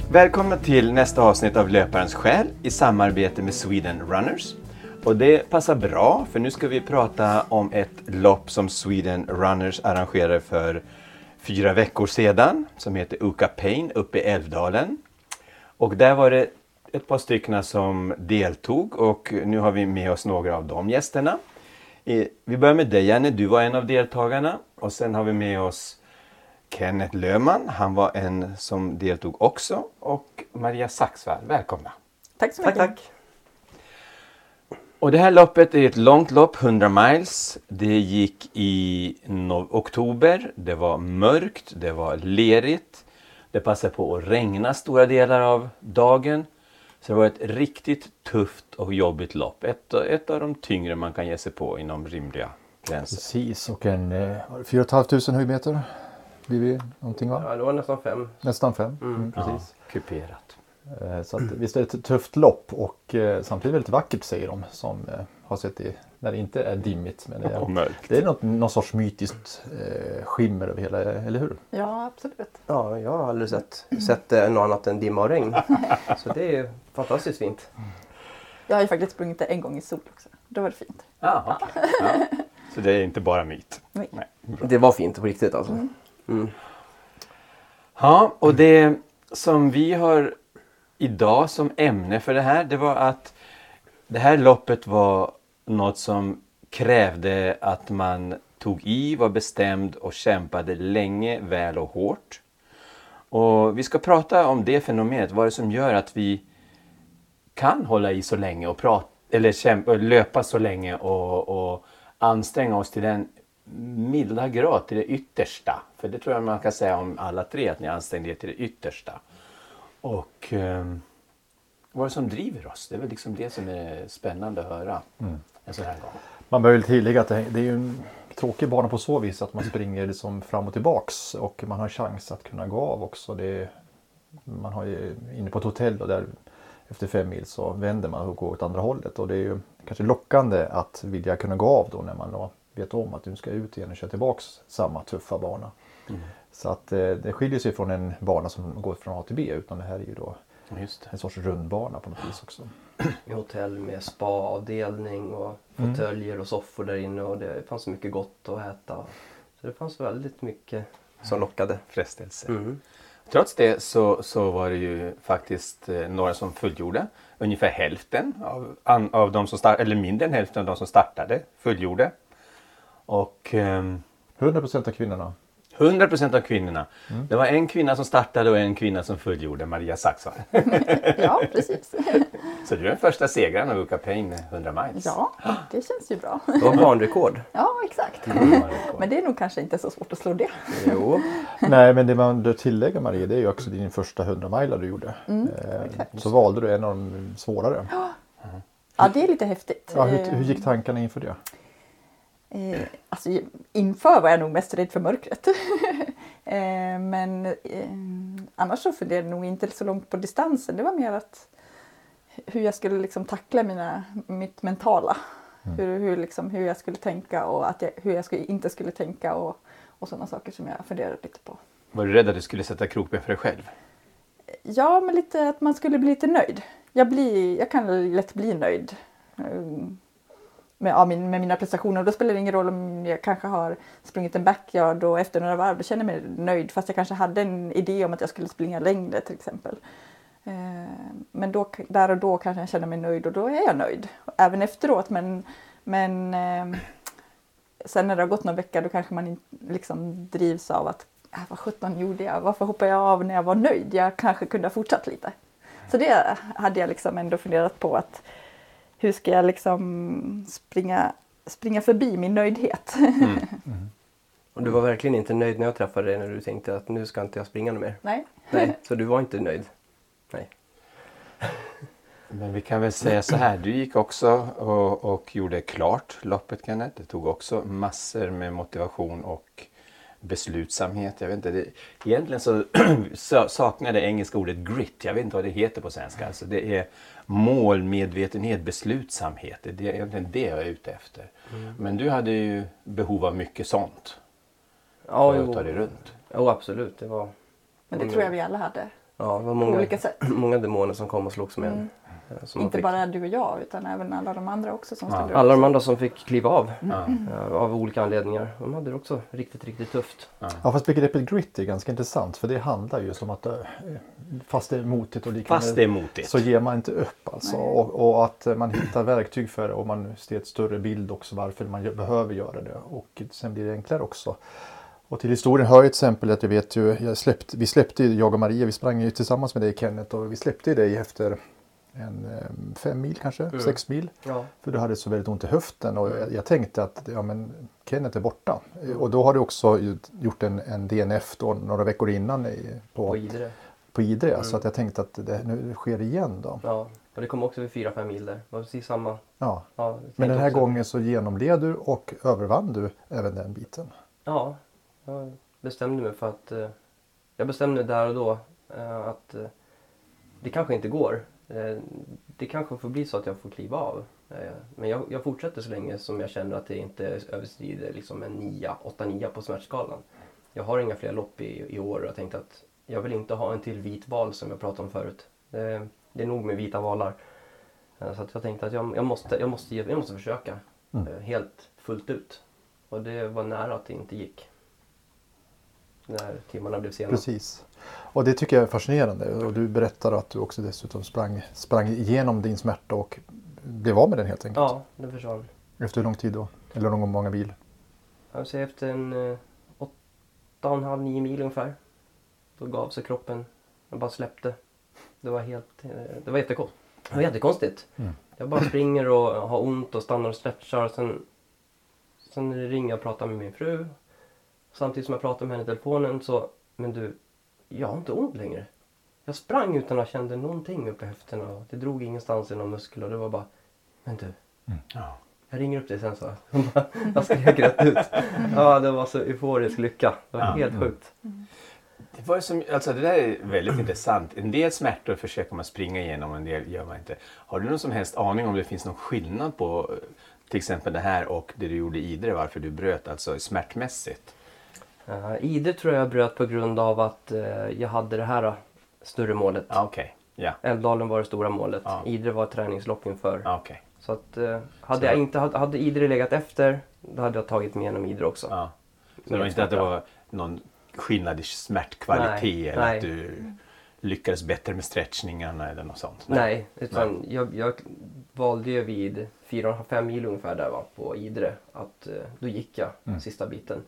Välkomna till nästa avsnitt av Löparens själ i samarbete med Sweden Runners. Och det passar bra för nu ska vi prata om ett lopp som Sweden Runners arrangerade för 4 veckor sedan. Som heter Uka Pain uppe i Älvdalen. Och där var det ett par stycken som deltog och nu har vi med oss några av de gästerna. Vi börjar med dig Jenny, du var en av deltagarna. Och sen har vi med oss Kenneth Löhman, han var en som deltog också. Och Maria Saxvall, välkomna. Tack så mycket. Tack. Och det här loppet är ett långt lopp, 100 miles. Det gick i oktober, det var mörkt, det var lerigt. Det passade på att regna stora delar av dagen. Så det var ett riktigt tufft och jobbigt lopp. Ett av de tyngre man kan ge sig på inom rimliga gränser. Precis, och en 4 500 höjdmeter blir det någonting va? Ja, det var nästan 5. Nästan 5, precis. Ja, kuperat. Så att, visst är det ett tufft lopp och samtidigt väldigt vackert säger de som har sett det när det inte är dimmigt. Men det är någon sorts mytiskt skimmer över hela, eller hur? Ja, absolut. Ja, jag har aldrig sett något annat än dimma och regn. Så det är fantastiskt fint. Jag har ju faktiskt sprungit det en gång i sol också. Då var det fint. Ja, okay. Ja. Så det är inte bara myt. Nej. Det var fint på riktigt alltså. Ja, och det som vi har idag som ämne för det här, det var att det här loppet var något som krävde att man tog i, var bestämd och kämpade länge, väl och hårt. Och vi ska prata om det fenomenet, vad är det som gör att vi kan hålla i så länge och löpa så länge och anstränga oss till den milda grad, till det yttersta. För det tror jag man kan säga om alla tre, att ni anstränger er till det yttersta. Och vad är det som driver oss? Det är väl liksom det som är spännande att höra en sån här gång. Man behöver tillägga att det är ju en tråkig bana på så vis att man springer liksom fram och tillbaks och man har chans att kunna gå av också. Man har ju inne på ett hotell och där efter 5 mil så vänder man och går åt andra hållet och det är ju kanske lockande att vilja kunna gå av då när man då vet om att du ska ut igen och köra tillbaks samma tuffa bana. Så att det skiljer sig från en bana som går från A till B, utan det här är ju då en sorts rundbana på något vis också. I hotell med spa-avdelning och fåtöljer och soffor där inne och det fanns så mycket gott att äta. Så det fanns väldigt mycket som lockade. Frestelse. Trots det så var det ju faktiskt några som fullgjorde. Ungefär hälften av de som startade, eller mindre än hälften av de som startade fullgjorde. Och 100% av kvinnorna. 100% av kvinnorna. Det var en kvinna som startade och en kvinna som fullgjorde, Maria Saxvall. Ja, precis. Så du är den första segraren av Uka Pain 100 miles. Ja, det känns ju bra. Det var banrekord. Ja, exakt. Men det är nog kanske inte så svårt att slå det. Jo. Nej, men det man bör tillägga Maria, det är ju också din första 100 mile du gjorde. Så valde du en av de svårare. Ja, det är lite häftigt. Ja, hur gick tankarna inför det? Alltså inför var jag nog mest rädd för mörkret. Men annars så funderade jag nog inte så långt på distansen. Det var mer att hur jag skulle liksom tackla mitt mentala. Hur jag skulle tänka och hur jag inte skulle tänka och sådana saker som jag funderade lite på. Var du rädd att du skulle sätta krokben för dig själv? Ja, men lite att man skulle bli lite nöjd. Jag kan lätt bli nöjd med mina prestationer. Då spelar det ingen roll om jag kanske har sprungit en backyard och efter några varv då känner jag mig nöjd. Fast jag kanske hade en idé om att jag skulle springa längre till exempel. Men där och då kanske jag känner mig nöjd och då är jag nöjd. Även efteråt men sen när det har gått någon vecka då kanske man liksom drivs av att vad 17 gjorde jag? Varför hoppade jag av när jag var nöjd? Jag kanske kunde ha fortsatt lite. Så det hade jag liksom ändå funderat på att hur ska jag liksom springa förbi min nöjdhet? Och du var verkligen inte nöjd när jag träffade dig när du tänkte att nu ska inte jag springa något mer. Nej. Nej, så du var inte nöjd. Nej. Men vi kan väl säga så här, du gick också och gjorde klart loppet Kenneth. Det tog också massor med motivation och beslutsamhet. Jag vet inte, egentligen så saknar det engelska ordet grit. Jag vet inte vad det heter på svenska. Alltså det är målmedvetenhet, beslutsamhet. Det är egentligen det jag är ute efter. Men du hade ju behov av mycket sånt. Ja, för att ta dig runt. Jo, absolut. Det var... Men det tror jag vi alla hade. Ja, det var på olika sätt. många demoner som kom och slogs med en. Som Inte bara du och jag utan även alla de andra också som ställde upp. Alla de andra som fick kliva av av olika anledningar. De hade det också riktigt, riktigt tufft. Ja, fast begreppet grit är ganska intressant för det handlar just om att fast det är motigt och liknande så ger man inte upp alltså. Och att man hittar verktyg för och man ser ett större bild också varför man behöver göra det och sen blir det enklare också. Och till historien hör ju ett exempel att jag vet ju, vi släppte ju, jag och Maria, vi sprang ju tillsammans med dig Kenneth och vi släppte ju dig efter 5 mil kanske, 6 mil. Ja. För du hade så väldigt ont i höften och jag tänkte att Kenneth är borta. Och då har du också gjort en DNF då några veckor innan på Idre. Så att jag tänkte att nu sker det igen då. Ja, och det kom också vid 4-5 mil där. Det var precis samma. Ja, men den här gången så genomled du och övervann du även den biten. Ja, jag bestämde mig för att jag bestämde där och då att det kanske inte går. Det kanske får bli så att jag får kliva av. Men jag fortsätter så länge som jag känner att det inte överstiger liksom en 8-9 på smärtskalan. Jag har inga fler lopp i år och jag tänkte att jag vill inte ha en till vit val som jag pratade om förut. Det är nog med vita valar. Så att jag tänkte att jag måste försöka helt fullt ut. Och det var nära att det inte gick. När timmarna blev sena. Precis. Och det tycker jag är fascinerande. Och du berättar att du också dessutom sprang igenom din smärta och blev av med den helt enkelt. Ja, det försvann. Efter hur lång tid då? Eller många mil? Jag vill säga efter en 8,5-9 mil ungefär. Då gav sig kroppen. Jag bara släppte. Det var jättekonstigt. Jag bara springer och har ont och stannar och stretchar. Sen ringer jag och pratar med min fru. Samtidigt som jag pratar med henne i telefonen så, men du, jag har inte ont längre. Jag sprang utan att känna någonting uppe i höften och det drog ingenstans i någon muskel och det var bara, men du, jag ringer upp dig sen så. Jag skrek rätt ut. Ja, det var så euforisk lycka. Det var helt sjukt. Det där är väldigt intressant. En del smärtor försöker man springa igenom, en del gör man inte. Har du någon som helst aning om det finns någon skillnad på till exempel det här och det du gjorde i Idre, varför du bröt alltså smärtmässigt? Idre tror jag bröt på grund av att jag hade det här större målet. Älvdalen var det stora målet. Idre var ett träningslopp inför. Så att hade Idre legat efter, då hade jag tagit mig igenom Idre också. Så det var inte att det var någon skillnad i smärtkvalitet eller att du lyckades bättre med stretchningarna eller något sånt? Nej, utan jag valde ju vid 4,5 mil ungefär där på Idre att då gick jag sista biten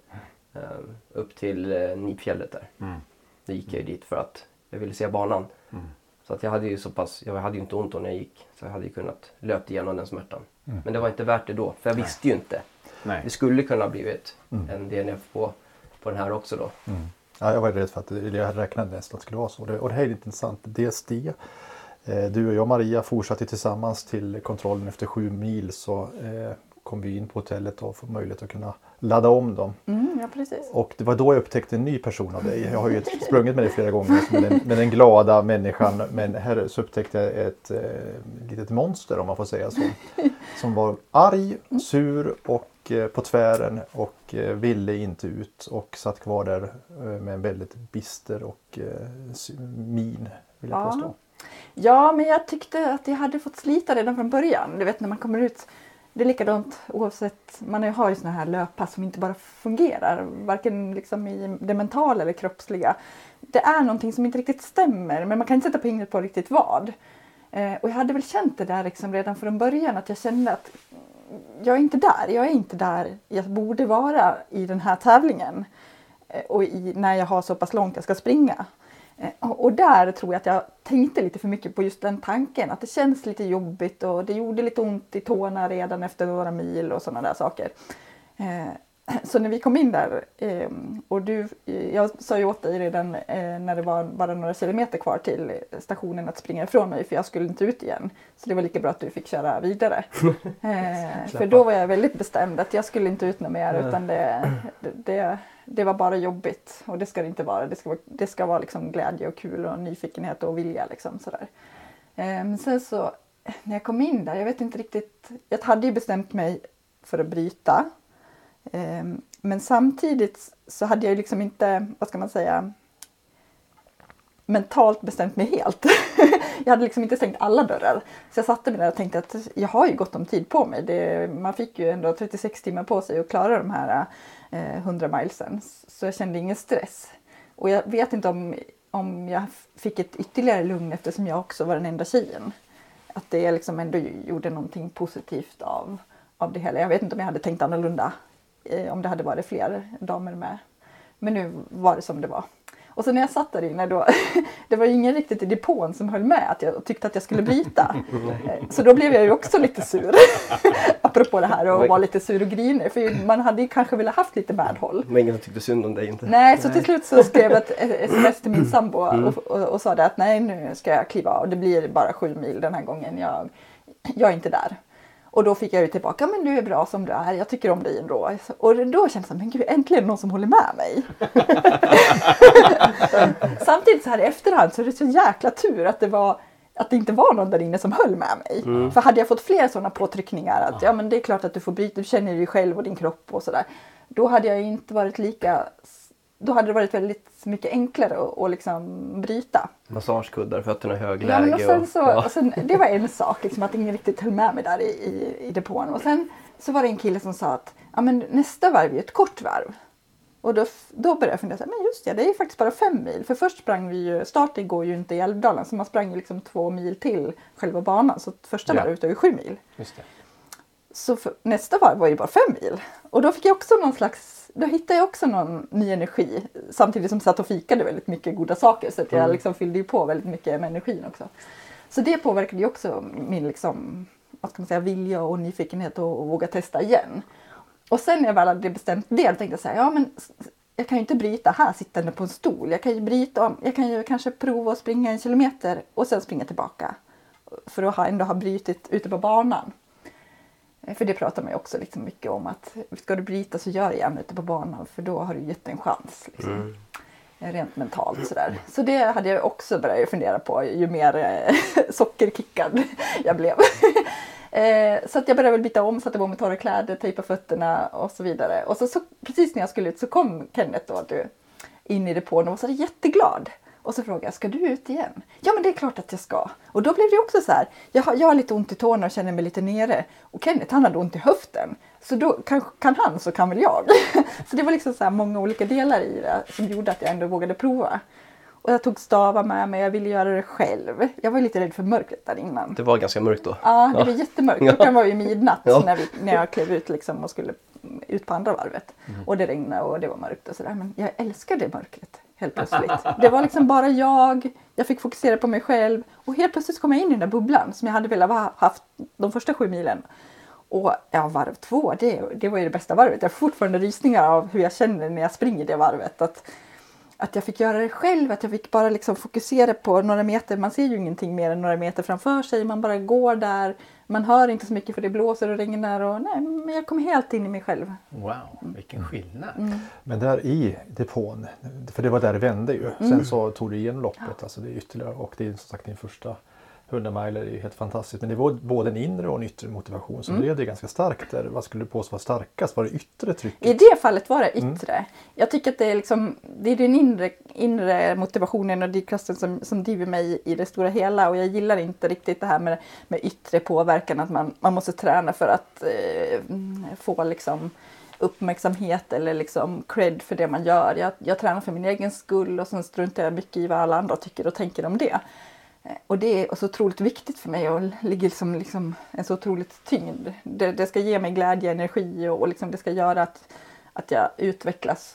upp till Nipfjället där. Då gick jag ju dit för att jag ville se banan. Så att jag hade ju inte ont då när jag gick. Så jag hade ju kunnat löpt igenom den smärtan. Men det var inte värt det då, för jag visste ju inte. Det skulle kunna blivit en DNF på den här också då. Ja, jag var rädd för att jag räknade nästan att det skulle vara så. Och det här är lite intressant. Dels det. Du och jag Maria fortsatte tillsammans till kontrollen efter 7 mil så kom vi in på hotellet och fick möjlighet att kunna ladda om dem. Ja, precis. Och det var då jag upptäckte en ny person av dig. Jag har ju sprungit med dig flera gånger med den glada människan. Men här så upptäckte jag ett litet monster om man får säga så. Som var arg, sur och på tvären och ville inte ut och satt kvar där med en väldigt bister och min vill jag påstå. Ja, men jag tyckte att jag hade fått slita redan från början. Du vet när man kommer ut, det är likadant oavsett, man har ju såna här löppass som inte bara fungerar, varken liksom i det mentala eller kroppsliga. Det är någonting som inte riktigt stämmer, men man kan inte sätta fingret på riktigt vad. Och jag hade väl känt det där liksom redan från början, att jag kände att jag är inte där jag borde vara i den här tävlingen. Och när jag har så pass långt jag ska springa. Och där tror jag att jag tänkte lite för mycket på just den tanken. Att det känns lite jobbigt och det gjorde lite ont i tårna redan efter några mil och sådana där saker. Så när vi kom in där och jag sa ju åt dig redan när det var bara några kilometer kvar till stationen att springa ifrån mig, för jag skulle inte ut igen. Så det var lika bra att du fick köra vidare. För då var jag väldigt bestämd att jag skulle inte ut något mer, utan det var bara jobbigt. Och det ska det inte vara. Det ska vara liksom glädje och kul och nyfikenhet och vilja liksom sådär. Sen så när jag kom in där, jag vet inte riktigt, jag hade ju bestämt mig för att bryta. Men samtidigt så hade jag liksom inte, vad ska man säga, mentalt bestämt mig helt. Jag hade liksom inte stängt alla dörrar. Så jag satte mig där och tänkte att jag har ju gott om tid på mig. Man fick ju ändå 36 timmar på sig att klara de här 100 milesen. Så jag kände ingen stress. Och jag vet inte om jag fick ett ytterligare lugn eftersom jag också var den enda tjejen. Att det liksom ändå gjorde någonting positivt av det hela. Jag vet inte om jag hade tänkt annorlunda. Om det hade varit fler damer med. Men nu var det som det var. Och så när jag satt där inne då, det var ju ingen riktigt i depån som höll med att jag tyckte att jag skulle bryta. Så då blev jag ju också lite sur. Apropå det här och vara lite sur och grinig. För man hade ju kanske velat haft lite medhåll. Men ingen tyckte synd om dig inte. Nej, så till slut så skrev jag ett sms till min sambo och sa det att nej, nu ska jag kliva av. Det blir bara 7 mil den här gången. Jag är inte där. Och då fick jag ju tillbaka, men du är bra som du är, jag tycker om dig ändå. Och då kändes det, men gud, äntligen någon som håller med mig. Samtidigt så här i efterhand så är det så jäkla tur att det inte var någon där inne som höll med mig. För hade jag fått fler sådana påtryckningar att ja men det är klart att du får bryta, du känner dig själv och din kropp och sådär. Då hade jag inte varit då hade det varit väldigt mycket enklare att liksom bryta. Massagekuddar, fötterna i högläge. Ja, men och sen, det var en sak, liksom, att ingen riktigt höll med mig där i depån. Och sen så var det en kille som sa att ja, men nästa varv är ett kort varv. Och då började jag fundera, men just det är faktiskt bara 5 mil. För först sprang vi ju, starten går ju inte i Älvdalen, så man sprang ju liksom 2 mil till själva banan. Så första varvet var ju 7 mil. Just det. Så nästa varv var ju bara 5 mil. Och då fick jag också då hittade jag också någon ny energi. Samtidigt som jag satt och fikade väldigt mycket goda saker. Så att jag liksom fyllde ju på väldigt mycket med energin också. Så det påverkade ju också min liksom, vad ska man säga, vilja och nyfikenhet att våga testa igen. Och sen när jag väl hade bestämt det, tänkte jag så här, ja men jag kan ju inte bryta här sittande på en stol. Jag kan ju kanske prova att springa 1 kilometer och sen springa tillbaka. För att ändå ha brytit ute på banan. För det pratar man ju också liksom mycket om att ska du bryta så gör det gärna ute på banan för då har du gett en chans. Liksom. Rent mentalt sådär. Så det hade jag också börjat fundera på ju mer sockerkickad jag blev. Så att jag började väl byta om, satte på mig torra kläder, tejpa fötterna och så vidare. Och så precis när jag skulle ut så kom Kenneth då in i depån och var så jätteglad. Och så frågade jag, ska du ut igen? Ja men det är klart att jag ska. Och då blev det också så här, jag har lite ont i tårna och känner mig lite nere. Och Kenneth han hade ont i höften. Så då kan han så kan väl jag. Så det var liksom så här många olika delar i det som gjorde att jag ändå vågade prova. Och jag tog stavar med mig, jag ville göra det själv. Jag var lite rädd för mörkret där innan. Det var ganska mörkt då? Ja, det var jättemörkt. Klockan var ju midnatt när jag klev ut liksom och skulle ut på andra varvet. Och det regnade och det var mörkt och sådär. Men jag älskade mörkret helt plötsligt. Det var liksom bara jag fick fokusera på mig själv. Och helt plötsligt kom jag in i den där bubblan som jag hade velat ha haft de första 7 milen. Och ja, varv 2, det var ju det bästa varvet. Jag har fortfarande rysningar av hur jag känner när jag springer det varvet. Att jag fick göra det själv, att jag fick bara liksom fokusera på några meter. Man ser ju ingenting mer än några meter framför sig. Man bara går där. Man hör inte så mycket för det blåser och regnar. Men jag kom helt in i mig själv. Wow, vilken skillnad. Men där i depån, för det var där det vände ju. Sen så tog det igen loppet, alltså det är ytterligare. Och det är som sagt din första 100 miler är ju helt fantastiskt. Men det var både en inre och en yttre motivation som blev det ganska starkt där. Vad skulle du påstå var starkast? Var det yttre trycket? I det fallet var det yttre. Jag tycker att det är den inre motivationen och drivkraften som driver mig i det stora hela. Och jag gillar inte riktigt det här med yttre påverkan. Att man måste träna för att få liksom uppmärksamhet eller liksom cred för det man gör. Jag tränar för min egen skull och sen struntar jag mycket i vad alla andra tycker och tänker om det. Och det är så otroligt viktigt för mig och ligger som liksom en så otroligt tyngd. Det ska ge mig glädje, energi och liksom det ska göra att jag utvecklas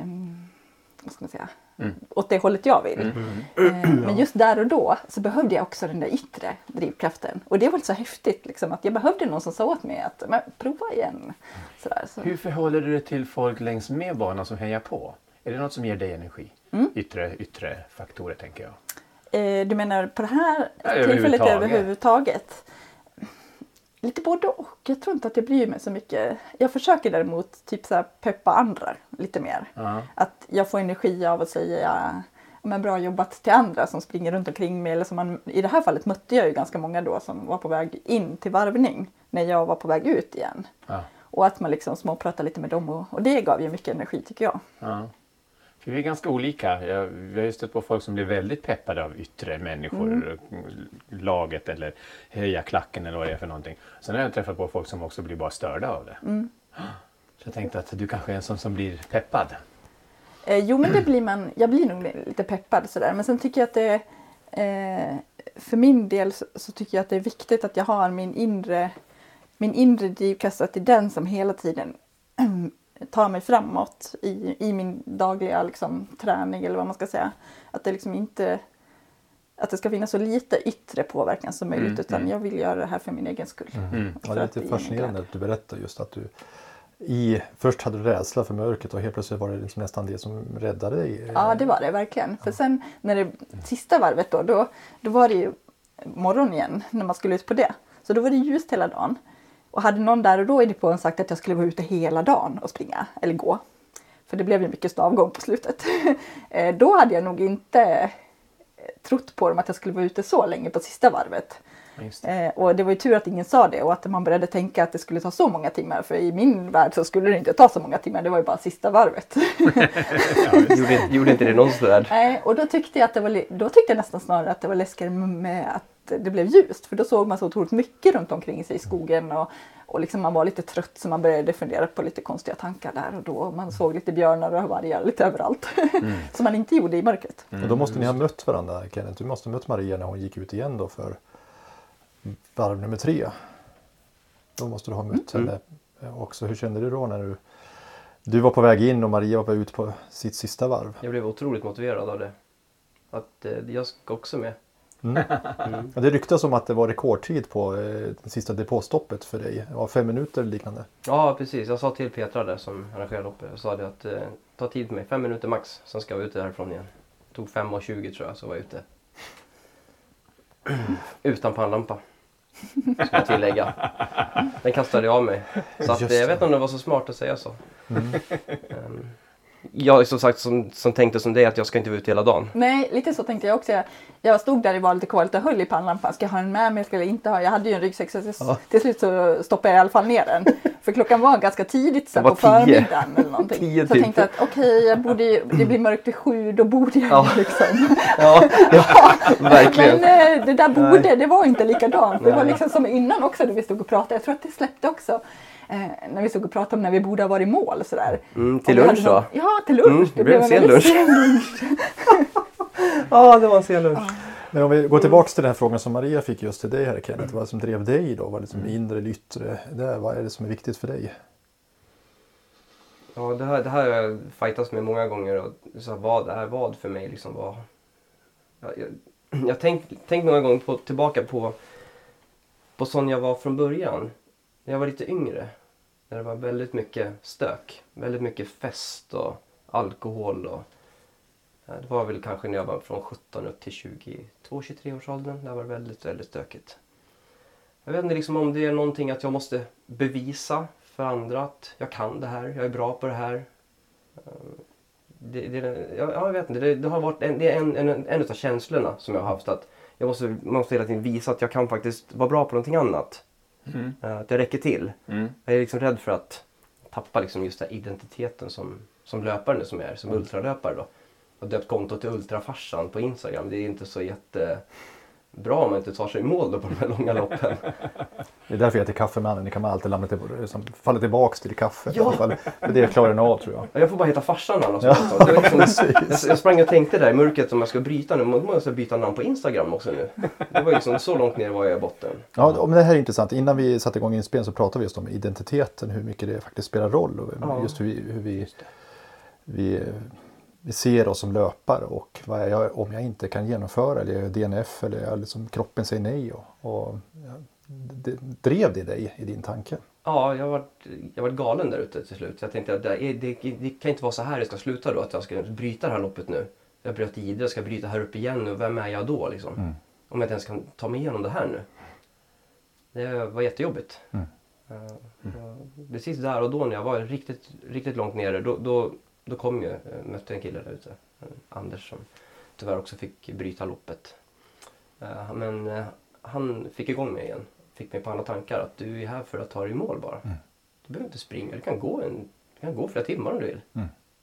vad ska man säga, åt det hållet jag vill. Men just där och då så behövde jag också den där yttre drivkraften. Och det var så häftigt liksom, att jag behövde någon som sa åt mig att prova igen. Sådär, så. Hur förhåller du dig till folk längs med banan som hejar på? Är det något som ger dig energi? Yttre faktorer tänker jag. Du menar på det här tillfället överhuvudtaget? Lite både och. Jag tror inte att jag bryr mig så mycket. Jag försöker däremot typ så här peppa andra lite mer. Att jag får energi av att säga bra jobbat till andra som springer runt omkring mig. Eller som i det här fallet mötte jag ju ganska många då som var på väg in till varvning när jag var på väg ut igen. Och att man liksom småpratar lite med dem och det gav ju mycket energi tycker jag. För vi är ganska olika. Vi har ju stött på folk som blir väldigt peppade av yttre människor, laget eller höja klacken eller vad det är för någonting. Sen har jag träffat på folk som också blir bara störda av det. Så jag tänkte att du kanske är en sån som blir peppad. Jo, men det blir man. Jag blir nog lite peppad sådär. Men sen tycker jag att det för min del så tycker jag att det är viktigt att jag har min inre drivkraft, att det är den som hela tiden tar mig framåt i min dagliga liksom, träning eller vad man ska säga. Att det liksom inte, att det ska finnas så lite yttre påverkan som möjligt, utan jag vill göra det här för min egen skull. Ja, det är lite fascinerande att du berättar just att du först hade du rädsla för mörkret och helt plötsligt var det liksom nästan det som räddade dig. Ja, det var det verkligen. För sen när det sista varvet då var det ju morgon igen när man skulle ut på det. Så då var det ljust hela dagen. Och hade någon där och då i depån sagt att jag skulle vara ute hela dagen och springa eller gå. För det blev ju mycket stavgång på slutet. Då hade jag nog inte trott på dem att jag skulle vara ute så länge på sista varvet. Och det var ju tur att ingen sa det och att man började tänka att det skulle ta så många timmar. För i min värld så skulle det inte ta så många timmar, det var ju bara sista varvet. Gjorde inte det någonstans där? Nej, och då tyckte jag nästan snarare att det var läskigare med att det blev ljust. För då såg man så otroligt mycket runt omkring sig i skogen och liksom man var lite trött så man började fundera på lite konstiga tankar där och då. Man såg lite björnar och vargar lite överallt. Som man inte gjorde i mörkret. Och då måste ni ha mött varandra, Kenneth. Du måste ha mött Maria när hon gick ut igen då för varv nummer 3. Då måste du ha mött henne också. Hur kände du då när du var på väg in och Maria var på väg ut på sitt sista varv? Jag blev otroligt motiverad av det. Att jag ska också med. Ja, det ryktas om att det var rekordtid på det sista depåstoppet för dig. Ja, 5 minuter eller liknande. Ja, precis. Jag sa till Petra där som arrangerade loppet. Jag sa det att ta tid på mig. 5 minuter max. Sen ska jag ut därifrån igen. Det tog 5:20 tror jag så var jag ute. Utan pannlampa. Ska jag tillägga. Den kastade jag av mig. Så att, jag vet inte om det var så smart att säga så. Jag som sagt som tänkte som det att jag ska inte vara ute hela dagen. Nej, lite så tänkte jag också. Jag stod där i valet och kvalet och höll i pannlampan. Ska jag ha den med mig? Ska jag inte ha? Jag hade ju en ryggsäck så till slut så stoppade jag i alla fall ner den. För klockan var ganska tidigt så på förmiddagen eller någonting. 10 så jag tänkte att det blir mörkt vid 7, då borde jag liksom. Ja, verkligen. Men det där det var inte likadant. Det var liksom som innan också när vi stod och pratade. Jag tror att det släppte också. När vi stod och pratade om när vi borde ha varit i mål sådär. Till lunch då? Ja, till lunch. Det blev en sen lunch. Ja, det var en sen lunch. Men om vi går tillbaka till den här frågan som Maria fick just till dig här, Kenneth. Vad som drev dig då? Vad är det som är inre eller yttre? Vad är det som är viktigt för dig? Ja, det här har jag fightats med många gånger. Och så vad är vad för mig? Liksom, vad... Jag tänkt många gånger tillbaka på sån jag var från början. När jag var lite yngre. När det var väldigt mycket stök. Väldigt mycket fest och alkohol. Och, det var väl kanske när jag var från 17 upp till 22-23 års åldern. Det var väldigt, väldigt stökigt. Jag vet inte liksom om det är någonting att jag måste bevisa för andra att jag kan det här. Jag är bra på det här. Jag vet inte. Det har varit en av känslorna som jag har haft. Att jag måste hela tiden visa att jag kan faktiskt vara bra på någonting annat. Att jag räcker till. Jag är liksom rädd för att tappa liksom just den identiteten som löpare som är, som ultralöpare då. Jag har döpt konto till Ultrafarsan på Instagram. Det är inte så jättebra om man inte tar sig i mål då på de här långa loppen. Det är därför jag heter Kaffemannen. Det kan man alltid falla tillbaka till kaffet. Ja. I alla fall. Det klarar den av tror jag. Jag får bara heta Farsan annars. Ja. Det var liksom, jag sprang och tänkte där i mörkret om jag ska bryta nu. Måste jag byta namn på Instagram också nu. Det var liksom så långt ner var jag i botten. Ja, men det här är intressant. Innan vi satte igång inspelningen så pratade vi just om identiteten. Hur mycket det faktiskt spelar roll. Och just hur vi ser oss som löpare och vad är jag om jag inte kan genomföra eller jag är DNF eller jag liksom, kroppen säger nej och drev det dig i din tanke? Ja, jag var galen där ute till slut. Jag tänkte att det kan inte vara så här det ska sluta då, att jag ska bryta det här loppet nu. Jag bröt i det, jag ska bryta här upp igen nu. Vem är jag då liksom? Om jag inte ens kan ta mig igenom det här nu. Det var jättejobbigt. Precis där och då när jag var riktigt, riktigt långt nere, då kom jag, mötte en kille där ute, Anders, som tyvärr också fick bryta loppet. Men han fick igång mig igen, fick mig på andra tankar att du är här för att ta dig i mål bara. Du behöver inte springa, du kan gå flera timmar om du vill.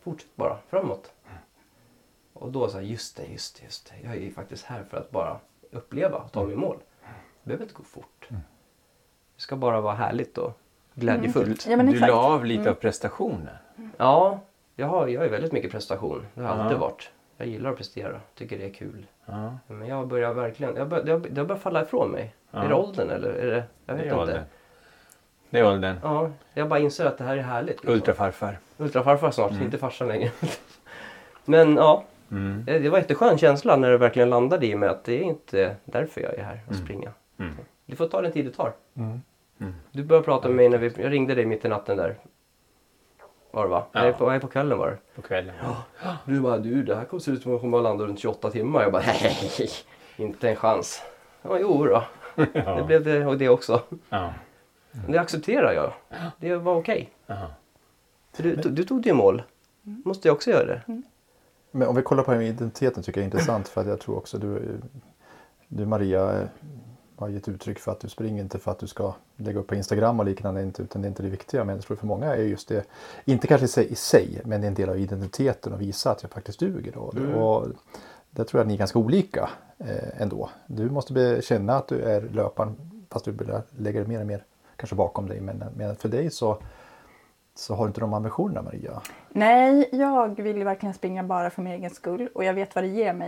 fortsätt bara framåt. Och då så här, just det. Jag är ju faktiskt här för att bara uppleva och ta mig i mål. Det behöver inte gå fort. Det ska bara vara härligt och glädjefullt. Ja, men Du exakt. la av lite av prestationen. Ja, jag är väldigt mycket prestation. Det har alltid varit. Jag gillar att prestera. Tycker det är kul. Ja. Men jag börjar verkligen... Det har börjat falla ifrån mig. Är det åldern eller är det... Jag vet Det är inte. åldern. Det är åldern. Ja, jag bara inser att det här är härligt. Liksom. Ultrafarfar. Ultrafarfar snart, inte farsan längre. Men ja, det var jätteskön känsla när det verkligen landade i mig att det är inte därför jag är här och springa. Du får ta den tid det tar. Du började prata med mig när jag ringde dig mitt i natten där. Var det va? Ja. Nej, på kvällen var det. På kvällen. Du bara, det här kommer se ut som att jag kommer att landa runt 28 timmar. Jag bara, nej, inte en chans. Ja, jo då. Ja. Det blev det och det också. Ja. Men det accepterar jag. Det var okej. Aha. För du tog det i mål. Måste jag också göra det? Men om vi kollar på identiteten tycker jag är intressant för att jag tror också du Maria har gett uttryck för att du springer inte för att du ska lägga upp på Instagram och liknande utan det är inte det viktiga. Men jag tror för många är just det, inte kanske i sig men det är en del av identiteten och visa att jag faktiskt duger då. Och där tror jag att ni är ganska olika ändå. Du måste känna att du är löparen fast du lägger det mer och mer kanske bakom dig. Men för dig så har du inte de ambitionerna Maria. Nej, jag vill verkligen springa bara för min egen skull. Och jag vet vad det ger mig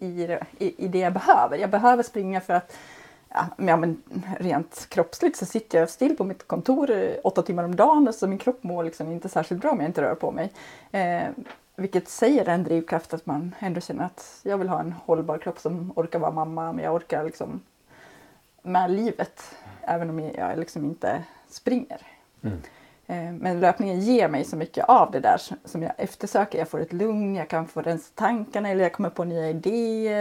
i det jag behöver. Jag behöver springa för att men rent kroppsligt så sitter jag still på mitt kontor 8 timmar om dagen. Så min kropp mår liksom inte särskilt bra om jag inte rör på mig. Vilket säger en drivkraft att man ändå känner att jag vill ha en hållbar kropp som orkar vara mamma. Men jag orkar liksom med livet. Även om jag liksom inte springer. Men löpningen ger mig så mycket av det där som jag eftersöker. Jag får ett lugn, jag kan få rensa tankarna eller jag kommer på nya idéer.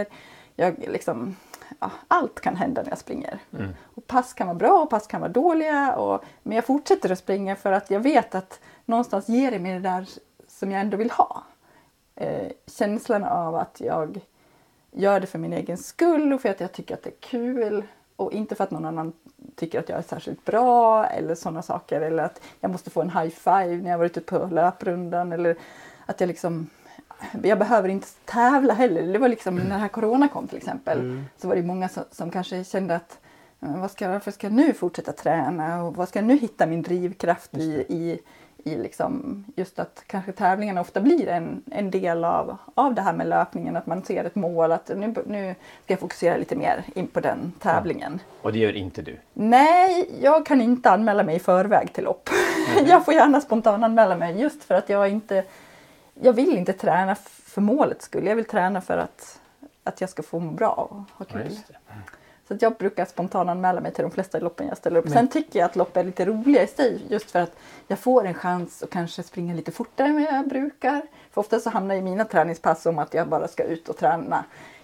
Allt kan hända när jag springer. Och pass kan vara bra och pass kan vara dåliga. Men jag fortsätter att springa för att jag vet att någonstans ger det mig det där som jag ändå vill ha. Känslan av att jag gör det för min egen skull och för att jag tycker att det är kul. Och inte för att någon annan tycker att jag är särskilt bra eller sådana saker. Eller att jag måste få en high five när jag varit ute på löprundan. Eller att jag behöver inte tävla heller. Det var liksom när den här corona kom till exempel. Så var det många som kanske kände att varför ska jag nu fortsätta träna? Och vad ska jag nu hitta min drivkraft i liksom just att kanske tävlingarna ofta blir en del av det här med löpningen. Att man ser ett mål att nu ska jag fokusera lite mer in på den tävlingen. Och det gör inte du? Nej, jag kan inte anmäla mig i förväg till lopp. Jag får gärna spontan anmäla mig just för att jag vill inte träna för målets skull. Jag vill träna för att jag ska få må bra och ha kul. Just det. Så att jag brukar spontant anmäla mig till de flesta loppen jag ställer upp. Sen tycker jag att lopp är lite roliga i sig. Just för att jag får en chans att kanske springa lite fortare än vad jag brukar. För ofta så hamnar i mina träningspass om att jag bara ska ut och träna.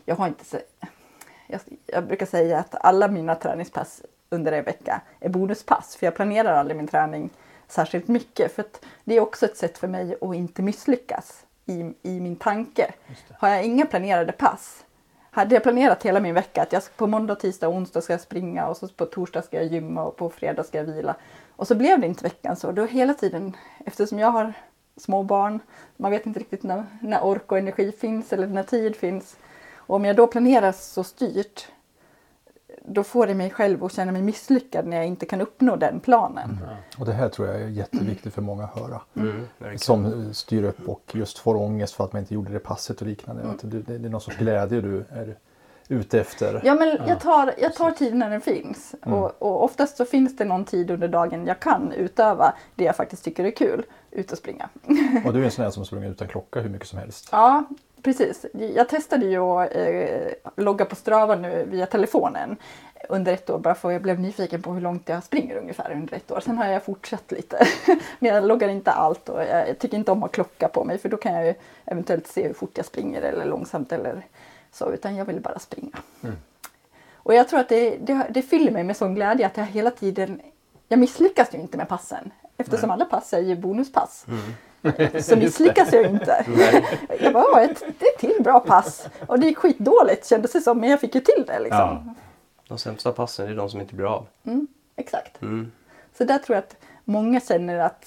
Jag brukar säga att alla mina träningspass under en vecka är bonuspass. För jag planerar aldrig min träning särskilt mycket. För att det är också ett sätt för mig att inte misslyckas i min tanke. Har jag inga planerade pass. Hade jag planerat hela min vecka att jag på måndag, tisdag och onsdag ska jag springa och så på torsdag ska jag gymma och på fredag ska jag vila. Och så blev det inte veckan så. Då hela tiden, eftersom jag har små barn, man vet inte riktigt när ork och energi finns eller när tid finns. Och om jag då planerar så styrt, då får det mig själv att känna mig misslyckad när jag inte kan uppnå den planen. Och det här tror jag är jätteviktigt för många att höra. Som styr upp och just får ångest för att man inte gjorde det passet och liknande. Att det är någon sorts glädje du är ute efter. Ja, men jag tar tid när den finns. Och oftast så finns det någon tid under dagen jag kan utöva det jag faktiskt tycker är kul. Ut och springa. Och du är en sån här som springer utan klocka hur mycket som helst. Ja, precis. Jag testade ju att logga på Strava nu via telefonen under ett år. Bara för jag blev nyfiken på hur långt jag springer ungefär under ett år. Sen har jag fortsatt lite. Men jag loggar inte allt och jag tycker inte om att ha klocka på mig. För då kan jag ju eventuellt se hur fort jag springer eller långsamt eller så. Utan jag vill bara springa. Och jag tror att det fyller mig med sån glädje att jag hela tiden... Jag misslyckas ju inte med passen. Eftersom alla pass är ju bonuspass. Så misslyckas jag inte. Jag bara, det är ett till bra pass. Och det är skitdåligt kändes det som. Men jag fick ju till det liksom. Ja. De sämsta passen är de som inte blir av. Exakt. Så där tror jag att många känner att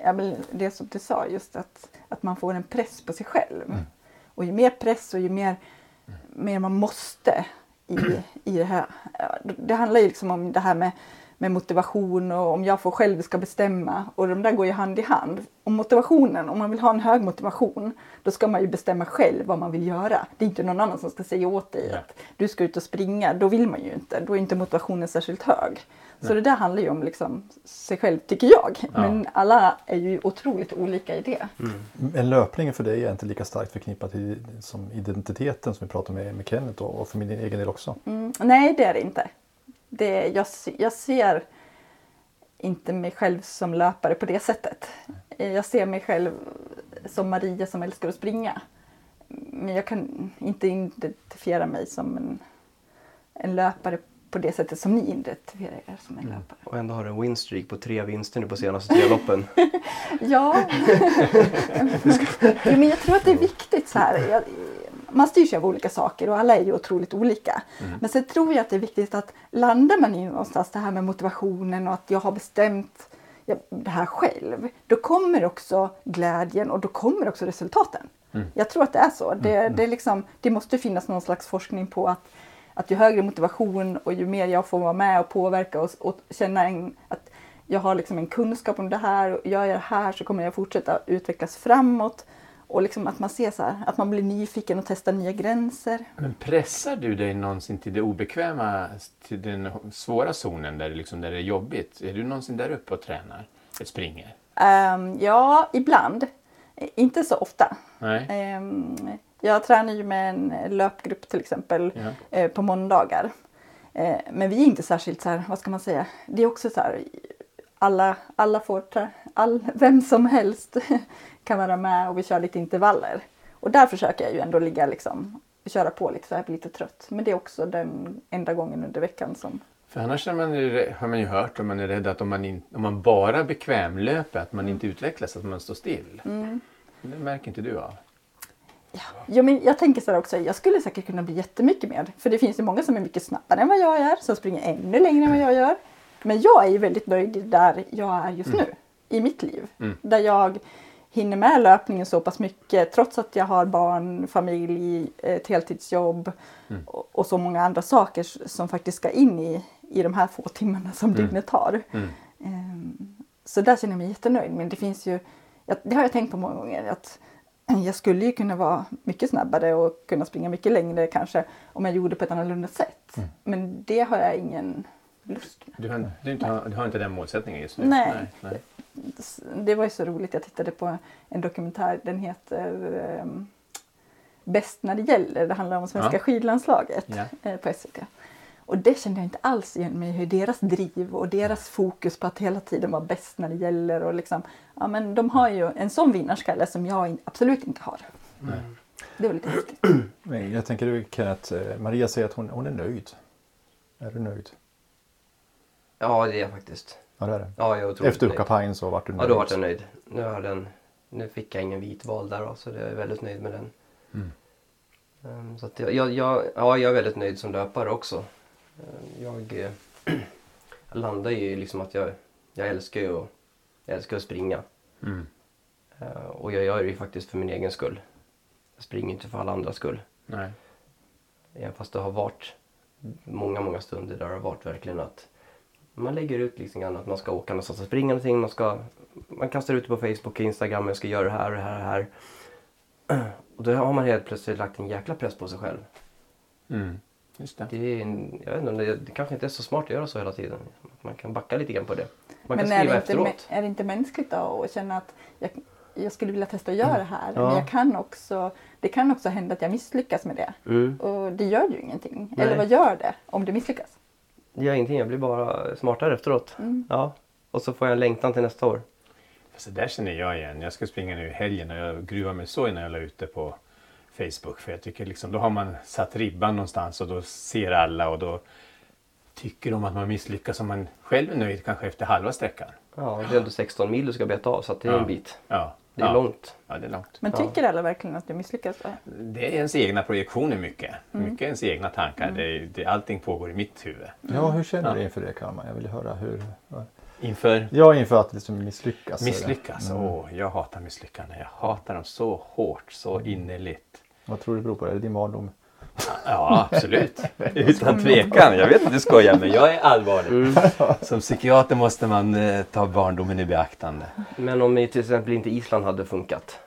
Ja, men det som du sa, just att man får en press på sig själv. Och ju mer press och ju mer man måste i det här. Det handlar ju liksom om det här med motivation och om jag själv ska bestämma. Och de där går ju hand i hand. Och motivationen, om man vill ha en hög motivation, då ska man ju bestämma själv vad man vill göra. Det är inte någon annan som ska säga åt dig att du ska ut och springa. Då vill man ju inte. Då är inte motivationen särskilt hög. Så det där handlar ju om liksom sig själv, tycker jag. Ja. Men alla är ju otroligt olika i det. En löpning för dig är inte lika starkt förknippat som identiteten som vi pratade med Kenneth och för min egen del också. Nej, det är det inte. Jag ser inte mig själv som löpare på det sättet. Jag ser mig själv som Maria som älskar att springa. Men jag kan inte identifiera mig som en löpare på det sättet som ni identifierar er som en löpare. Och ändå har en winstreak på 3 vinster nu på senaste 3 loppen. Ja. Men jag tror att det är viktigt så här. Man styrs av olika saker och alla är ju otroligt olika. Men sen tror jag att det är viktigt att landar man i någonstans det här med motivationen och att jag har bestämt det här själv. Då kommer också glädjen och då kommer också resultaten. Jag tror att det är så. Det måste finnas någon slags forskning på att ju högre motivation och ju mer jag får vara med och påverka och känna att jag har liksom en kunskap om det här och gör jag det här så kommer jag fortsätta utvecklas framåt. Och liksom att man ser så här, att man blir nyfiken och testar nya gränser. Men pressar du dig någonsin till det obekväma, till den svåra zonen där det är jobbigt? Är du någonsin där uppe och tränar eller springer? Ja, ibland. Inte så ofta. Nej. Jag tränar ju med en löpgrupp till exempel på måndagar. Men vi är inte särskilt så här, vad ska man säga? Det är också så här, alla får vem som helst kan vara med och vi kör lite intervaller. Och där försöker jag ju ändå ligga liksom, köra på lite så jag blir lite trött. Men det är också den enda gången under veckan som... För annars har man ju hört om man är rädd att om man bara bekvämlöper att man inte utvecklas, att man står still. Det märker inte du av? Ja, men jag tänker så här också, jag skulle säkert kunna bli jättemycket mer. För det finns ju många som är mycket snabbare än vad jag är, som springer ännu längre än vad jag gör. Men jag är ju väldigt nöjd där jag är just nu, i mitt liv. Där jag hinner med löpningen så pass mycket, trots att jag har barn, familj, ett heltidsjobb och så många andra saker som faktiskt ska in i de här få timmarna som dygnet tar. Så där känner jag mig jättenöjd. Men det finns ju, det har jag tänkt på många gånger, att jag skulle ju kunna vara mycket snabbare och kunna springa mycket längre kanske om jag gjorde på ett annorlunda sätt. Men det har jag ingen lust med. Du har inte den målsättningen just nu? Nej. Det var ju så roligt, jag tittade på en dokumentär, den heter Bäst när det gäller. Det handlar om svenska skidlandslaget på SVT. Och det kände jag inte alls igen mig, hur deras driv och deras fokus på att hela tiden vara bäst när det gäller. Och liksom, ja, men de har ju en sån vinnarskalle som jag absolut inte har. Det var lite häftigt. Jag tänker att Maria säger att hon är nöjd. Är du nöjd? Ja, det är jag faktiskt. Ja, det är det. Ja, jag är otroligt efter nöjd. Kapajn så vart du nöjd? Ja, då vart jag nöjd. Nu fick jag ingen vit val där då, så jag är väldigt nöjd med den. Så att jag är väldigt nöjd som löpare också. Jag landar ju liksom att jag älskar att springa. Och jag gör det ju faktiskt för min egen skull. Jag springer inte för alla andras skull. Nej. Även fast det har varit många stunder där det har varit verkligen att man lägger ut liksom att man ska åka någonstans och springa någonting. Man kastar ut det på Facebook och Instagram. Jag ska göra det här och det här och det här. Och då har man helt plötsligt lagt en jäkla press på sig själv. Just det. Jag vet inte, det kanske inte är så smart att göra så hela tiden. Man kan backa lite grann på det. Man kan men skriva efteråt. Är det inte mänskligt då att känna att jag skulle vilja testa att göra det här. Men det kan också hända att jag misslyckas med det. Och det gör ju ingenting. Nej. Eller vad gör det om du misslyckas? Det gör ingenting, jag blir bara smartare efteråt. Ja. Och så får jag en längtan till nästa år. Så där känner jag igen. Jag ska springa nu i helgen och jag gruvar mig så innan jag la ut det på Facebook. För jag tycker liksom, då har man satt ribban någonstans och då ser alla och då tycker de att man misslyckas om man själv är nöjd kanske efter halva sträckan. Ja, det är ändå 16 mil du ska beta av så att det är en bit. Ja. Det är långt. Ja, det är långt. Men tycker alla verkligen att du misslyckas då? Det är ens egna projektioner mycket. Mycket ens egna tankar. Allting pågår i mitt huvud. Ja, hur känner du inför det, Kalmar? Jag vill höra hur... Inför? Ja, inför att liksom misslyckas. Misslyckas? Jag hatar misslyckanden. Jag hatar dem så hårt, så innerligt. Vad tror du det beror på? Är det din barndom? Ja, absolut. Utan tvekan. Jag vet att du skojar, men jag är allvarlig. Som psykiater måste man ta barndomen i beaktande. Men om till exempel inte Island hade funkat?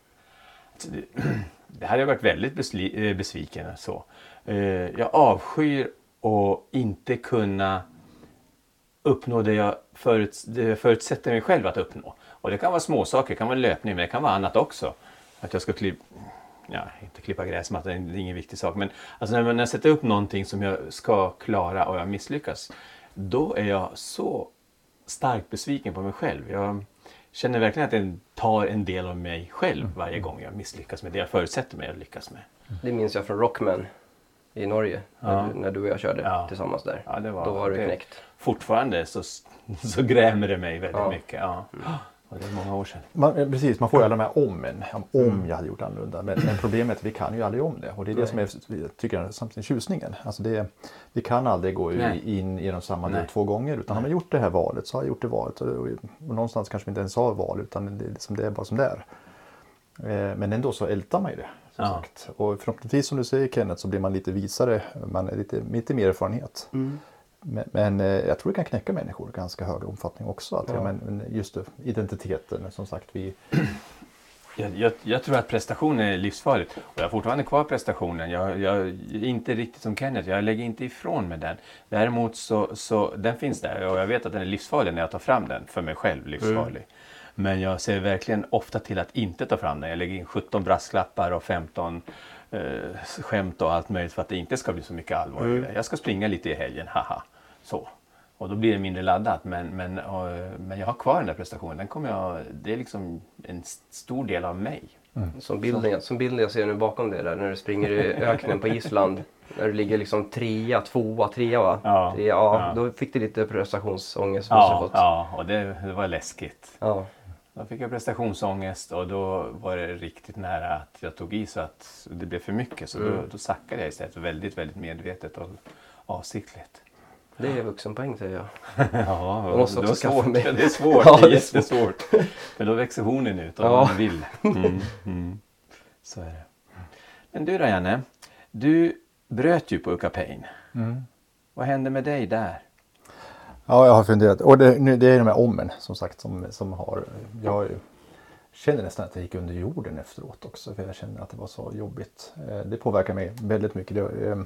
Det hade jag varit väldigt besviken. Så. Jag avskyr att inte kunna uppnå det jag förutsätter mig själv att uppnå. Och det kan vara små saker, det kan vara löpning, men det kan vara annat också. Att jag ska inte klippa gräsmattan, det är ingen viktig sak. Men alltså när jag sätter upp någonting som jag ska klara och jag misslyckas, då är jag så starkt besviken på mig själv. Jag känner verkligen att det tar en del av mig själv varje gång jag misslyckas med det jag förutsätter mig att lyckas med. Det minns jag från Rockman i Norge, när du och jag körde tillsammans där. Ja, då var du knäckt. Fortfarande så grämer det mig väldigt mycket. Ja. Och det är många år sedan. Precis, man får ju alla de här om jag hade gjort annorlunda. Men problemet är att vi kan ju aldrig om det. Och det är det som jag tycker är samtidigt tjusningen. Alltså vi kan aldrig gå in genom samma del 2 gånger. Utan har man gjort det här valet så har jag gjort det valet. Och någonstans kanske vi inte ens har val, utan det är bara som det är. Men ändå så ältar man ju det. Som sagt. Och förhoppningsvis som du säger Kenneth så blir man lite visare. Man är lite mer erfarenhet. Men jag tror det kan knäcka människor i ganska hög omfattning också. Men just det, identiteten som sagt. Jag tror att prestation är livsfarligt. Och jag har fortfarande kvar prestationen. Jag är inte riktigt som Kenneth. Jag lägger inte ifrån med den. Däremot så den finns där. Och jag vet att den är livsfarlig när jag tar fram den. För mig själv livsfarlig. Men jag ser verkligen ofta till att inte ta fram den. Jag lägger in 17 brasklappar och 15 skämt och allt möjligt för att det inte ska bli så mycket allvar i det. Jag ska springa lite i helgen, haha. Så. Och då blir det mindre laddat. Men jag har kvar den där prestationen. Det är liksom en stor del av mig. Som bilden jag ser nu bakom det där när du springer i öknen på Island. När du ligger liksom 3, 2, 3 va? Ja. Då fick du lite prestationsångest. Och det var läskigt. Ja. Då fick jag prestationsångest och då var det riktigt nära att jag tog i så att det blev för mycket. Så då sackade jag istället väldigt, väldigt medvetet och avsiktligt. Det är vuxenpoäng säger jag. Ja, det måste också skaffa mig. Det är svårt, det är jättesvårt. För då växer hornen ut om man vill. Så är det. Men du då Janne, du bröt ju på Ukapain. Vad hände med dig där? Ja, jag har funderat. Och det är de här ommen som sagt som har... Jag kände nästan att jag gick under jorden efteråt också. För jag kände att det var så jobbigt. Det påverkar mig väldigt mycket.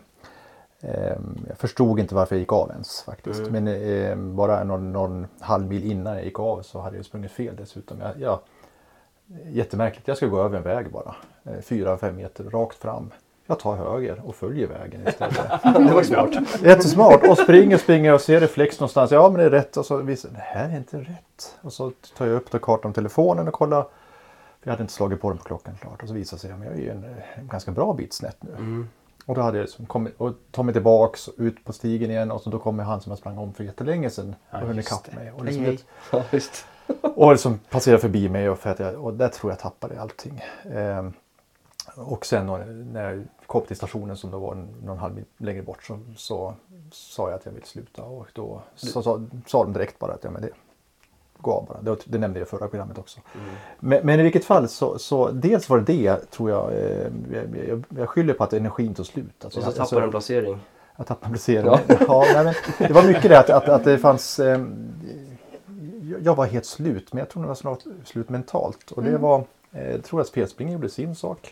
Jag förstod inte varför jag gick av ens faktiskt. Men bara någon halv mil innan jag gick av så hade jag sprungit fel dessutom. Jättemärkligt. Jag skulle gå över en väg bara. 4-5 meter rakt fram. Jag tar höger och följer vägen istället. Det var smart. Jättesmart. Och springer och ser reflex någonstans. Ja men det är rätt. Och så visar det här är inte rätt. Och så tar jag upp kartan om telefonen och kollar. För jag hade inte slagit på den på klockan klart. Och så visar sig att jag är ju en ganska bra bit snett nu. Och då hade jag kommit och tagit mig tillbaks ut på stigen igen. Och så då kommer han som jag sprang om för jättelänge sedan. Och höll ikapp mig. Och och liksom passerade förbi mig. Och där tror jag tappade allting. Och sen när jag kom till stationen som då var någon halv mil längre bort så sa jag att jag vill sluta. Och då sa de direkt bara att men det går av bara. Det nämnde jag i förra programmet också. Men i vilket fall så dels var det tror jag skyller på att energin tog slut. Alltså, och så tappade en placering. Jag tappade en placering. Men det var mycket det att det fanns... jag var helt slut, men jag tror det var snart slut mentalt. Och det var... Jag tror att spelspringen gjorde sin sak.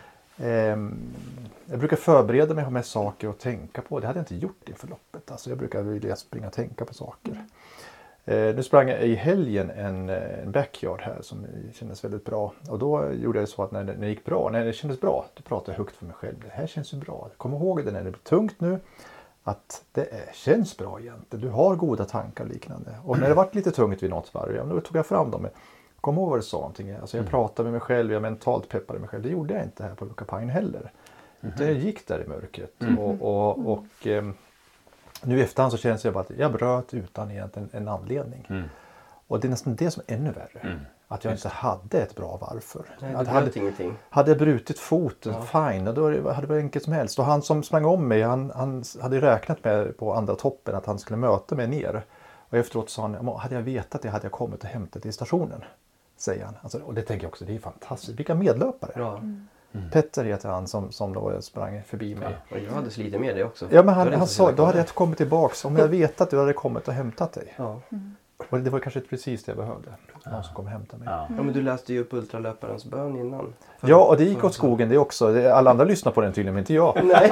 Jag brukar förbereda mig med saker och tänka på. Det hade jag inte gjort inför loppet. Alltså jag brukar vilja springa och tänka på saker. Nu sprang jag i helgen en backyard här som kändes väldigt bra. Och då gjorde jag så att när det gick bra, när det kändes bra, då pratade jag högt för mig själv. Det här känns ju bra. Kom ihåg det när det blir tungt nu. Att det känns bra egentligen. Du har goda tankar och liknande. Och när det var lite tungt vid något varv, då tog jag fram dem. Kom ihåg vad du sa någonting. Alltså jag pratade med mig själv, jag mentalt peppade mig själv. Det gjorde jag inte här på Ukapain heller. Jag gick där i mörkret. Och nu i efterhand så känns jag bara att jag bröt utan egentligen en anledning. Och det är nästan det som är ännu värre. Att jag inte hade ett bra varför. Hade jag brutit foten, fine. Då hade det varit enkelt som helst. Och han som sprang om mig, han hade räknat med på andra toppen att han skulle möta mig ner. Och efteråt sa han, hade jag vetat det hade jag kommit och hämtat det i stationen. Säger han. Alltså, och det tänker jag också, det är fantastiskt. Vilka medlöpare. Ja. Petter heter han som då sprang förbi mig. Och jag hade slitit med det också. Ja, men han sa, då hade jag kommit tillbaks. Om jag vetat att du hade kommit och hämtat dig. Ja. Och det var kanske precis det jag behövde. Någon som kom och hämtade mig. Ja. Ja, men du läste ju upp ultralöparens bön innan. Ja, och det gick åt skogen det också. Alla andra lyssnar på den tydligen, men inte jag. Nej.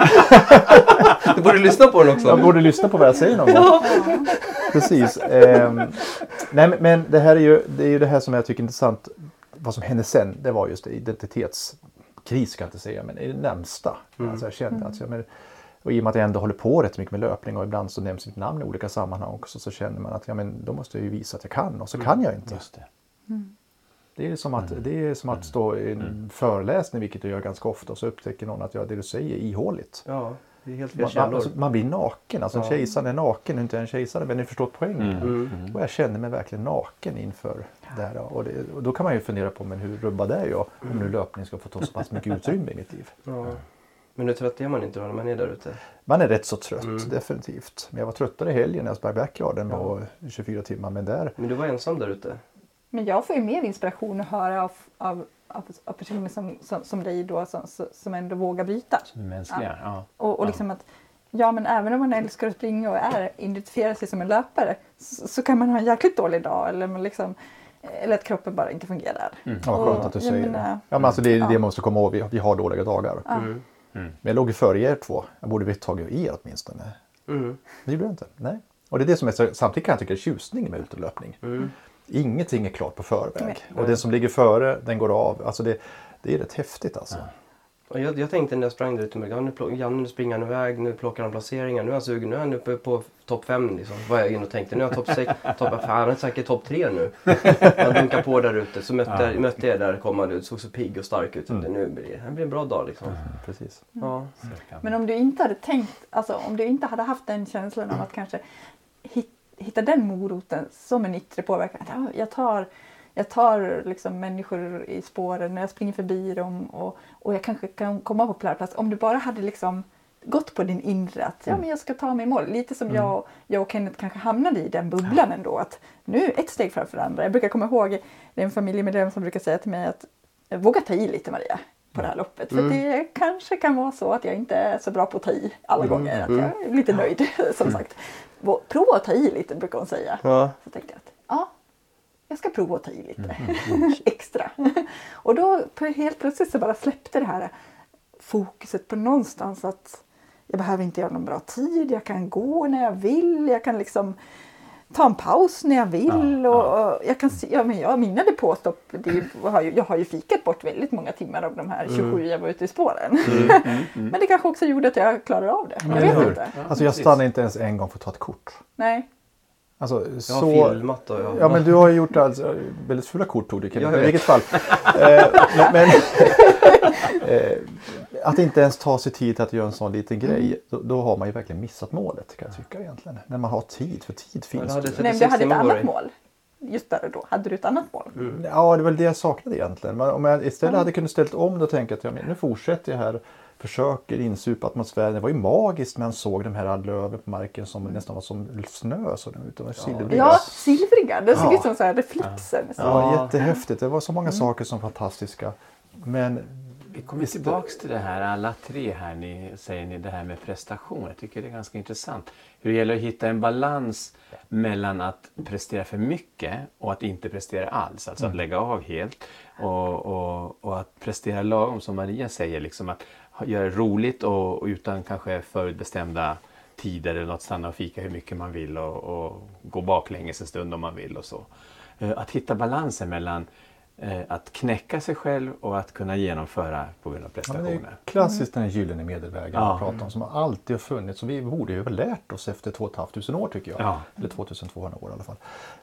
Du borde lyssna på den också. Jag borde lyssna på vad jag säger någon gång. Precis. Nej, men det här är ju det här som jag tycker är intressant. Vad som hände sen, det var just det, identitetskris kan jag inte säga, men i det närmsta. Alltså jag kände att och i och med att jag ändå håller på rätt mycket med löpning och ibland så nämns mitt namn i olika sammanhang också, så känner man att då måste jag ju visa att jag kan, och så kan jag inte. Just det. Det är som att stå i en föreläsning, vilket jag gör ganska ofta, och så upptäcker någon att det du säger är ihåligt. Ja, det är helt fel källor. Man blir naken, alltså en kejsare är naken, inte en kejsare, men ni förstår poängen. Och jag känner mig verkligen naken inför det här. Och då kan man ju fundera på, men hur rubbad är jag om nu löpning ska få ta så pass mycket utrymme i mitt liv. Ja. Men hur trött är man inte då när man är där ute? Man är rätt så trött, definitivt. Men jag var tröttare i helgen när jag sprang backyarden på 24 timmar. Men du var ensam där ute? Men jag får ju mer inspiration att höra av personer som dig då, som ändå vågar bryta. Mänskliga, ja. Och liksom att, ja men även om man älskar att springa och identifierar sig som en löpare, så kan man ha en jäkligt dålig dag, eller att kroppen bara inte fungerar. Ja, skönt att du säger det. Ja, men alltså det man måste komma ihåg, vi har dåliga dagar. Men jag låg ju före er två. Jag borde veta tag i er åtminstone. Men det gjorde jag inte. Nej. Och det är det som är, samtidigt kan jag tycka är tjusning med utlöpning. Ingenting är klart på förväg. Och det som ligger före, den går av. Alltså det är rätt häftigt alltså. Och jag tänkte när jag sprang där ute med Janne springer han iväg, nu plockar han placeringar, nu är han sugen, nu är han uppe på topp 5 liksom. Var jag in och tänkte, nu är jag topp 6, han är säkert topp 3 nu. Jag dunkar på där ute, så mötte jag där komma ut, såg så pigg och stark ut. Nu blir det en bra dag liksom. Precis. Ja. Men om du inte hade tänkt, alltså om du inte hade haft den känslan av att kanske hitta den moroten som en yttre påverkan. Jag tar liksom människor i spåren när jag springer förbi dem, och jag kanske kan komma på plats. Om du bara hade liksom gått på din inre att men jag ska ta mig i mål. Lite som jag och Kenneth kanske hamnade i den bubblan ändå. Att nu ett steg framför andra. Jag brukar komma ihåg, det är en familjemedlem som brukar säga till mig att våga ta i lite, Maria, på det här loppet. För det kanske kan vara så att jag inte är så bra på att ta i alla gånger. Att jag är lite nöjd, som sagt. Prova att ta i lite, brukar hon säga. Ja. Så tänkte jag att jag ska prova att ta i lite extra. Och då helt plötsligt så bara släppte det här fokuset på någonstans att jag behöver inte göra någon bra tid. Jag kan gå när jag vill. Jag kan liksom ta en paus när jag vill. Och jag kan se, mina depåstopp, jag har ju fikat bort väldigt många timmar av de här 27 jag var ute i spåren. Men det kanske också gjorde att jag klarade av det. Jag vet inte. Alltså jag stannade inte ens en gång för att ta ett kort. Nej. Alltså, jag har filmat och Ja, men du har ju gjort alltså, väldigt fula kort, tog du, i vilket fall. Men att inte ens ta sig tid att göra en sån liten grej, då har man ju verkligen missat målet, kan jag tycka egentligen. När man har tid, för tid finns det. Nej, du hade ett annat mål. Just där och då. Hade du ett annat mål? Ja, det var det jag saknade egentligen. Men om jag istället hade kunnat ställt om och tänka att nu fortsätter jag här, försöker insupa atmosfären. Det var ju magiskt när man såg de här löven på marken som nästan var som snö. Så de var silvriga. Ja, silvriga. Det såg ut som så här reflexer. Ja, jättehäftigt. Det var så många saker som var fantastiska. Men vi kommer tillbaks till det här, alla tre här, säger ni det här med prestation. Jag tycker det är ganska intressant. Hur det gäller att hitta en balans mellan att prestera för mycket och att inte prestera alls. Alltså att lägga av helt och att prestera lagom, som Maria säger. Liksom att göra det roligt och utan kanske förutbestämda tider eller något, stanna och fika hur mycket man vill och gå baklänges en stund om man vill och så. Att hitta balansen mellan att knäcka sig själv och att kunna genomföra på grund av prestationer. Ja, det är klassiskt den här gyllene medelvägen man pratar om, som alltid har funnits. Och vi borde ju ha lärt oss efter 2500 år, tycker jag. Ja. Eller 2200 år i alla fall.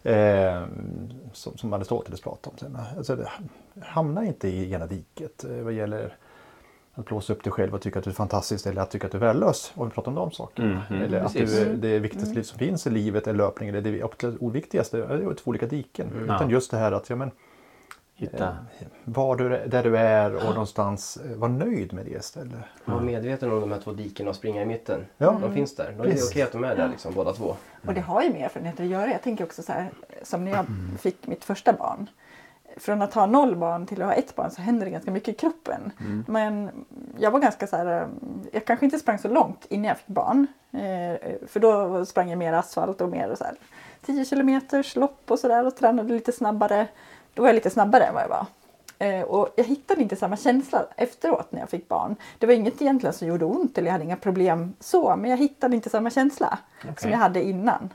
Som Aristoteles pratade om. Alltså, hamna inte i ena diket vad gäller att blåsa upp dig själv och tycka att du är fantastisk, eller att tycka att du är värdelös. Och vi pratar om de sakerna. Eller att det viktigaste liv som finns i livet är löpning. Eller det oviktigaste är två olika diken. Utan just det här att Var du, där du är och någonstans var nöjd med det istället. Var medveten om de här 2 diken och springa i mitten. Ja. De finns där. Det är okej att de är där liksom, båda 2. Och det har ju med erfarenheter att göra. Jag tänker också så här, som när jag fick mitt första barn. Från att ha 0 barn till att ha 1 barn så händer det ganska mycket i kroppen. Men jag var ganska så här, jag kanske inte sprang så långt innan jag fick barn. För då sprang jag mer asfalt och mer så här 10 kilometers lopp och sådär och tränade lite snabbare. Då var jag lite snabbare än vad jag var. Och jag hittade inte samma känsla efteråt när jag fick barn. Det var inget egentligen som gjorde ont eller jag hade inga problem så. Men jag hittade inte samma känsla som jag hade innan.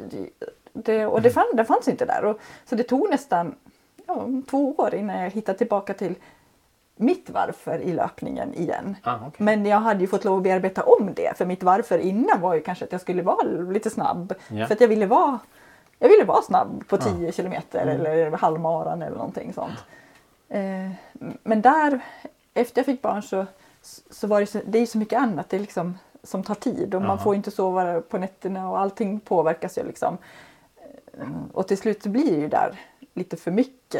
Det fanns inte där. Så det tog nästan 2 år innan jag hittade tillbaka till mitt varför i löpningen igen. Men jag hade ju fått lov att bearbeta om det. För mitt varför innan var ju kanske att jag skulle vara lite snabb. För att jag ville vara snabb på 10 kilometer eller halvmaran eller någonting sånt. Men där, efter jag fick barn så var det är så mycket annat det är liksom, som tar tid. Och man får inte sova på nätterna och allting påverkas ju liksom. Och till slut blir det ju där lite för mycket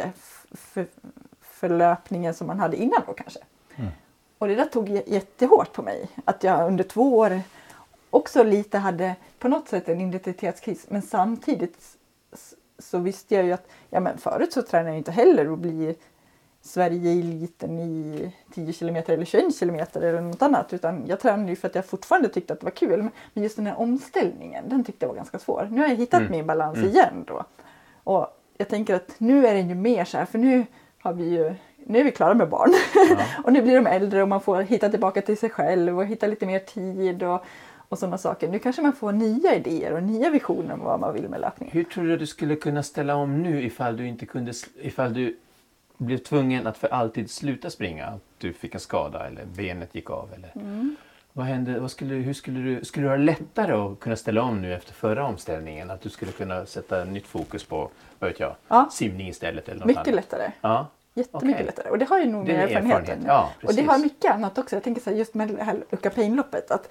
för löpningen som man hade innan då kanske. Och det där tog jättehårt på mig. Att jag under 2 år också lite hade på något sätt en identitetskris. Men samtidigt så visste jag ju att förut så tränade jag inte heller och bli Sverige-eliten i 10 kilometer eller 21 kilometer eller något annat. Utan jag tränade ju för att jag fortfarande tyckte att det var kul. Men just den här omställningen, den tyckte jag var ganska svår. Nu har jag hittat min balans igen då. Och jag tänker att nu är det ju mer så här, för nu är vi klara med barn. Och nu blir de äldre och man får hitta tillbaka till sig själv och hitta lite mer tid och sådana saker. Nu kanske man får nya idéer och nya visioner om vad man vill med löpning. Hur tror du skulle kunna ställa om nu ifall du blev tvungen att för alltid sluta springa? Att du fick en skada eller benet gick av? Eller? Vad hände? Skulle du ha lättare att kunna ställa om nu efter förra omställningen? Att du skulle kunna sätta nytt fokus på, vad vet jag, simning istället eller något mycket annat? lättare. Ja. Jättemycket lättare. Och det har ju nog med erfarenheten. Ja, och det har mycket annat också. Jag tänker så här, just med det här Lucka Pain-loppet. Att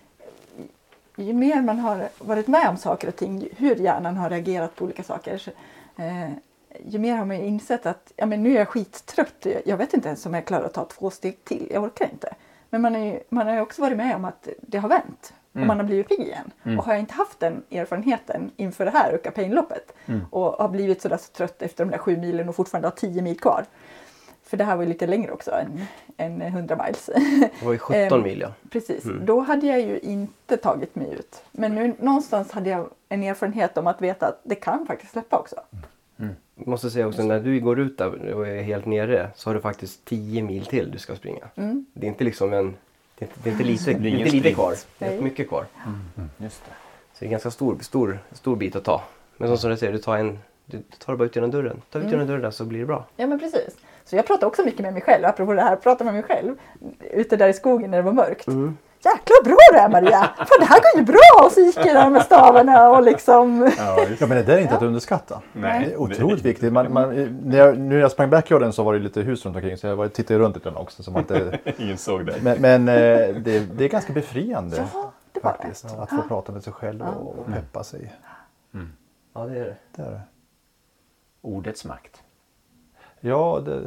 ju mer man har varit med om saker och ting, hur hjärnan har reagerat på olika saker. Ju mer har man insett att nu är jag skittrött. Jag vet inte ens om jag klarar att ta 2 steg till. Jag orkar inte. Men man har ju också varit med om att det har vänt. Och man har blivit pigg igen. Och har jag inte haft den erfarenheten inför det här Lucka Pain-loppet. Och har blivit så trött efter de där 7 milen och fortfarande har 10 mil kvar. För det här var ju lite längre också än 100 miles. Det var ju 17 mil, ja. Precis. Då hade jag ju inte tagit mig ut. Men nu någonstans hade jag en erfarenhet om att veta att det kan faktiskt släppa också. Jag måste säga också, när du går ut där och är helt nere så har du faktiskt 10 mil till du ska springa. Det är inte liksom det är inte lite kvar. Det är mycket kvar. Just det. Så det är en ganska stor bit att ta. Men som du säger, du tar bara ut genom dörren. Ta ut genom dörren där så blir det bra. Ja, men precis. Så jag pratar också mycket med mig själv. Apropå det här, prata med mig själv. Ute där i skogen när det var mörkt. Jäklar bra du är, Maria! Fan, det här går ju bra! Och så gick jag där med stavarna och liksom... Ja, men det där är inte att underskatta. Nej. Det är otroligt viktigt. När jag sprang backyarden så var det lite hus runt omkring. Så jag tittade runt lite också. Som att Ingen såg det. Men det är ganska befriande. Ja, det var faktiskt. Att få prata med sig själv och peppa sig. Ja, det är det. Det är det. Ordets makt. Ja, det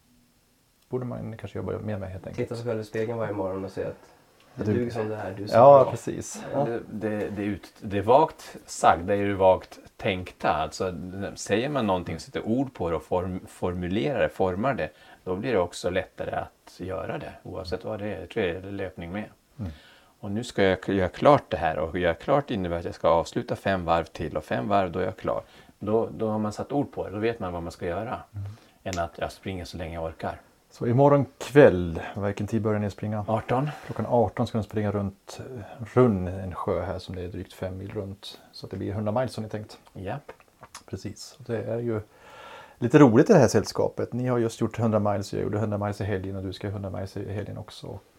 borde man kanske jobba mer med helt enkelt. Titta sig själv i spegeln varje morgon och säga att det duger som det här. Du är så Ja, bra. precis. Det är vagt sagt, det är ju vagt tänkta. Alltså, säger man någonting, sätter ord på det och formulerar det, formar det, då blir det också lättare att göra det. Oavsett vad det är. Jag tror det är löpning med. Och nu ska jag göra klart det här, och göra klart innebär att jag ska avsluta 5 varv till, och 5 varv då är jag klar. Då har man satt ord på det, då vet man vad man ska göra. Än att jag springer så länge jag orkar. Så imorgon kväll, vilken tid börjar ni springa? 18. Klockan 18 ska ni springa runt en sjö här som det är drygt 5 mil runt. Så att det blir 100 miles som ni tänkt. Japp. Precis. Det är ju lite roligt i det här sällskapet. Ni har just gjort 100 miles, jag gjorde 100 miles i helgen och du ska 100 miles i helgen också. Och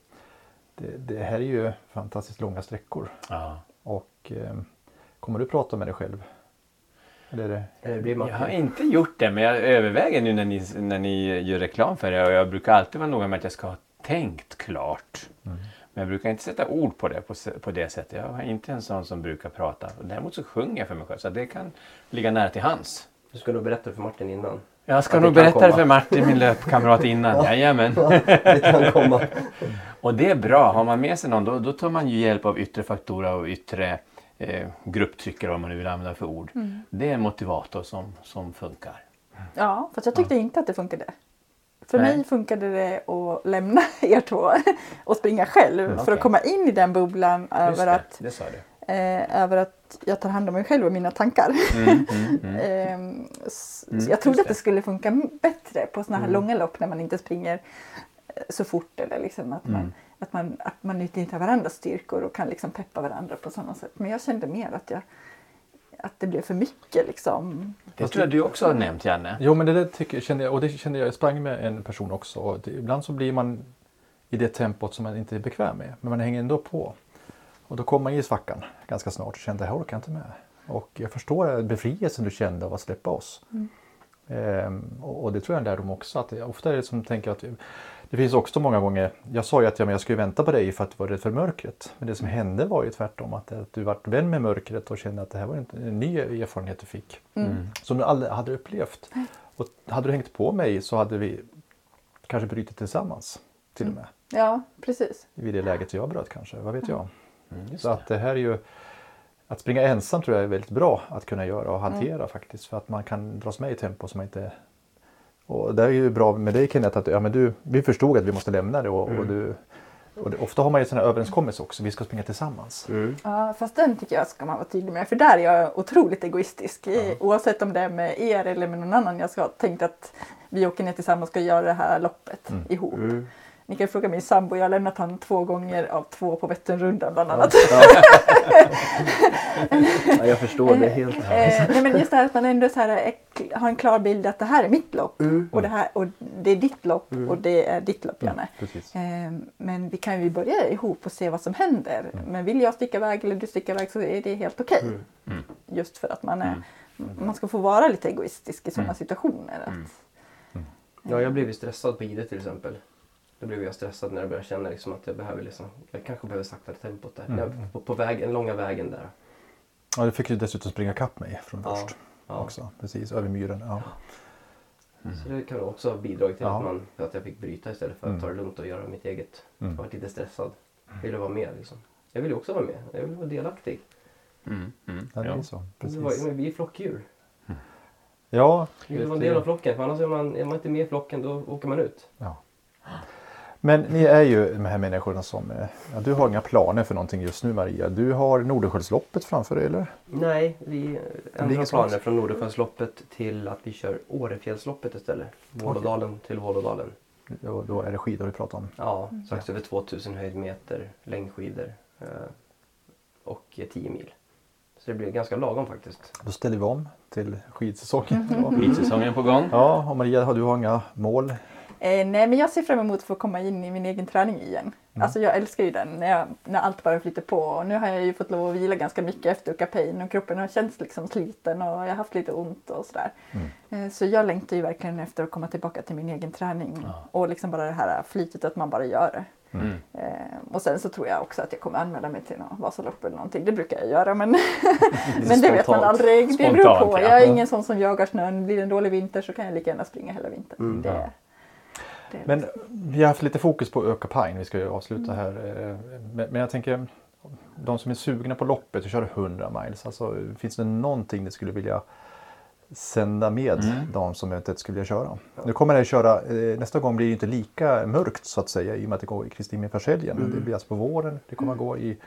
det här är ju fantastiskt långa sträckor. Ja. Och kommer du prata med dig själv? Eller Jag har inte gjort det, men jag överväger nu när ni gör reklam för det. Och jag brukar alltid vara noga med att jag ska ha tänkt klart. Men jag brukar inte sätta ord på det på det sättet. Jag är inte en sån som brukar prata. Däremot så sjunger jag för mig själv. Så det kan ligga nära till hands. Du ska nog berätta det för Martin innan. Jag ska Att nog det kan berätta det komma. för Martin, min löpkamrat, innan. Jajamän. Det kan komma. Och det är bra. Har man med sig någon, då tar man ju hjälp av yttre faktorer och yttre grupptryckare, vad man nu vill använda för ord. Det är en motivator som funkar. Ja, fast jag tyckte inte att det funkade. För Nej. mig funkade det att lämna er två och springa själv. För okej. att komma in i den bubblan Just det sa du. över att jag tar hand om mig själv och mina tankar. Så jag trodde att det skulle funka bättre på såna här långa lopp när man inte springer så fort. Eller liksom att man utnyttjar varandras styrkor och kan liksom peppa varandra på sådana sätt. Men jag kände mer att det blev för mycket liksom. Det tror jag du också har nämnt, Janne. Jo, men det där kände jag, och det kände jag sprang med en person också. Och ibland så blir man i det tempot som man inte är bekväm med, men man hänger ändå på. Och då kom man i svackan ganska snart och kände att jag orkar inte med. Och jag förstår befrielsen du kände av att släppa oss. Och det tror jag är en lärdom också. Att ofta är det som tänker att det finns också många gånger. Jag sa ju att jag skulle vänta på dig för att du var rädd för mörkret. Men det som hände var ju tvärtom. Att du var vän med mörkret och kände att det här var en ny erfarenhet du fick. Som du aldrig hade upplevt. Och hade du hängt på mig så hade vi kanske brutit tillsammans. Till och med. Ja, precis. Vid det läget jag bröt kanske. Vad vet jag. Så att det här är ju. Att springa ensam tror jag är väldigt bra att kunna göra och hantera faktiskt. För att man kan dras med i tempo som man inte. Och det är ju bra med dig Kenneth att vi förstod att vi måste lämna det och ofta har man ju sådana överenskommelser också, vi ska springa tillsammans. Ja, fast den tycker jag ska man vara tydlig med. För där är jag otroligt egoistisk. Oavsett om det är med er eller med någon annan. Jag ska tänkt att vi åker ner tillsammans och ska göra det här loppet ihop. Ni kan fråga min sambo, jag har lämnat han 2 gånger av 2 på Vätternrundan bland annat. Ja, jag förstår det helt. Nej, men just det här att man ändå så här har en klar bild att det här är mitt lopp och det är ditt lopp och det är ditt lopp, Janne. Men vi kan ju börja ihop och se vad som händer. Men vill jag sticka iväg eller du sticker iväg så är det helt okej. Just för att man ska få vara lite egoistisk i sådana situationer. Ja, jag blev ju stressad på Ide till exempel. Då blev jag stressad när jag började känna liksom att jag kanske behöver sakta tempot där. På den långa vägen där. Ja, du fick ju dessutom springa kapp mig från först. Ja. Också, precis, över myren. Ja. Så det kan också ha bidragit till att jag fick bryta istället för att ta det lugnt och göra mitt eget. Jag var lite stressad. Jag ville vara med liksom. Jag ville också vara med. Jag ville vara delaktig. Ja, det är så. Precis. Vi är flockdjur. Ja. Vi vill vara en del av flocken. För annars är man inte med i flocken, då åker man ut. Ja. Men ni är ju de här människorna som, du har inga planer för någonting just nu Maria. Du har Nordenskiöldsloppet framför dig eller? Nej, vi ändrar planer från Nordenskiöldsloppet till att vi kör Årefjällsloppet istället. Vålådalen till Vålådalen. Då är det skidor vi pratar om. Ja, strax över 2000 höjdmeter, längdskidor och 10 mil. Så det blir ganska lagom faktiskt. Då ställer vi om till skidsäsongen. Skidsäsongen på gång. Ja, och Maria, du har inga mål? Nej, men jag ser fram emot att få komma in i min egen träning igen. Alltså jag älskar ju den när allt bara flyter på. Och nu har jag ju fått lov att vila ganska mycket efter Ukapain och kroppen har känts liksom sliten och jag har haft lite ont och sådär. Så jag längtar ju verkligen efter att komma tillbaka till min egen träning och liksom bara det här flytet att man bara gör det. Och sen så tror jag också att jag kommer anmäla mig till någon Vasalopp eller någonting. Det brukar jag göra men, men det vet man aldrig. Det beror på. Jag är ingen sån som jagar snön. Blir det en dålig vinter så kan jag lika gärna springa hela vintern. Men vi har haft lite fokus på Ukapain. Vi ska ju avsluta här. Men jag tänker, de som är sugna på loppet och kör 100 miles. Alltså, finns det någonting ni skulle vilja sända med de som eventuellt skulle vilja köra? Nu kommer jag köra, nästa gång blir det inte lika mörkt så att säga i och med att det går i Kristi himmelfärdshelgen. Det blir alltså på våren. Det kommer att gå i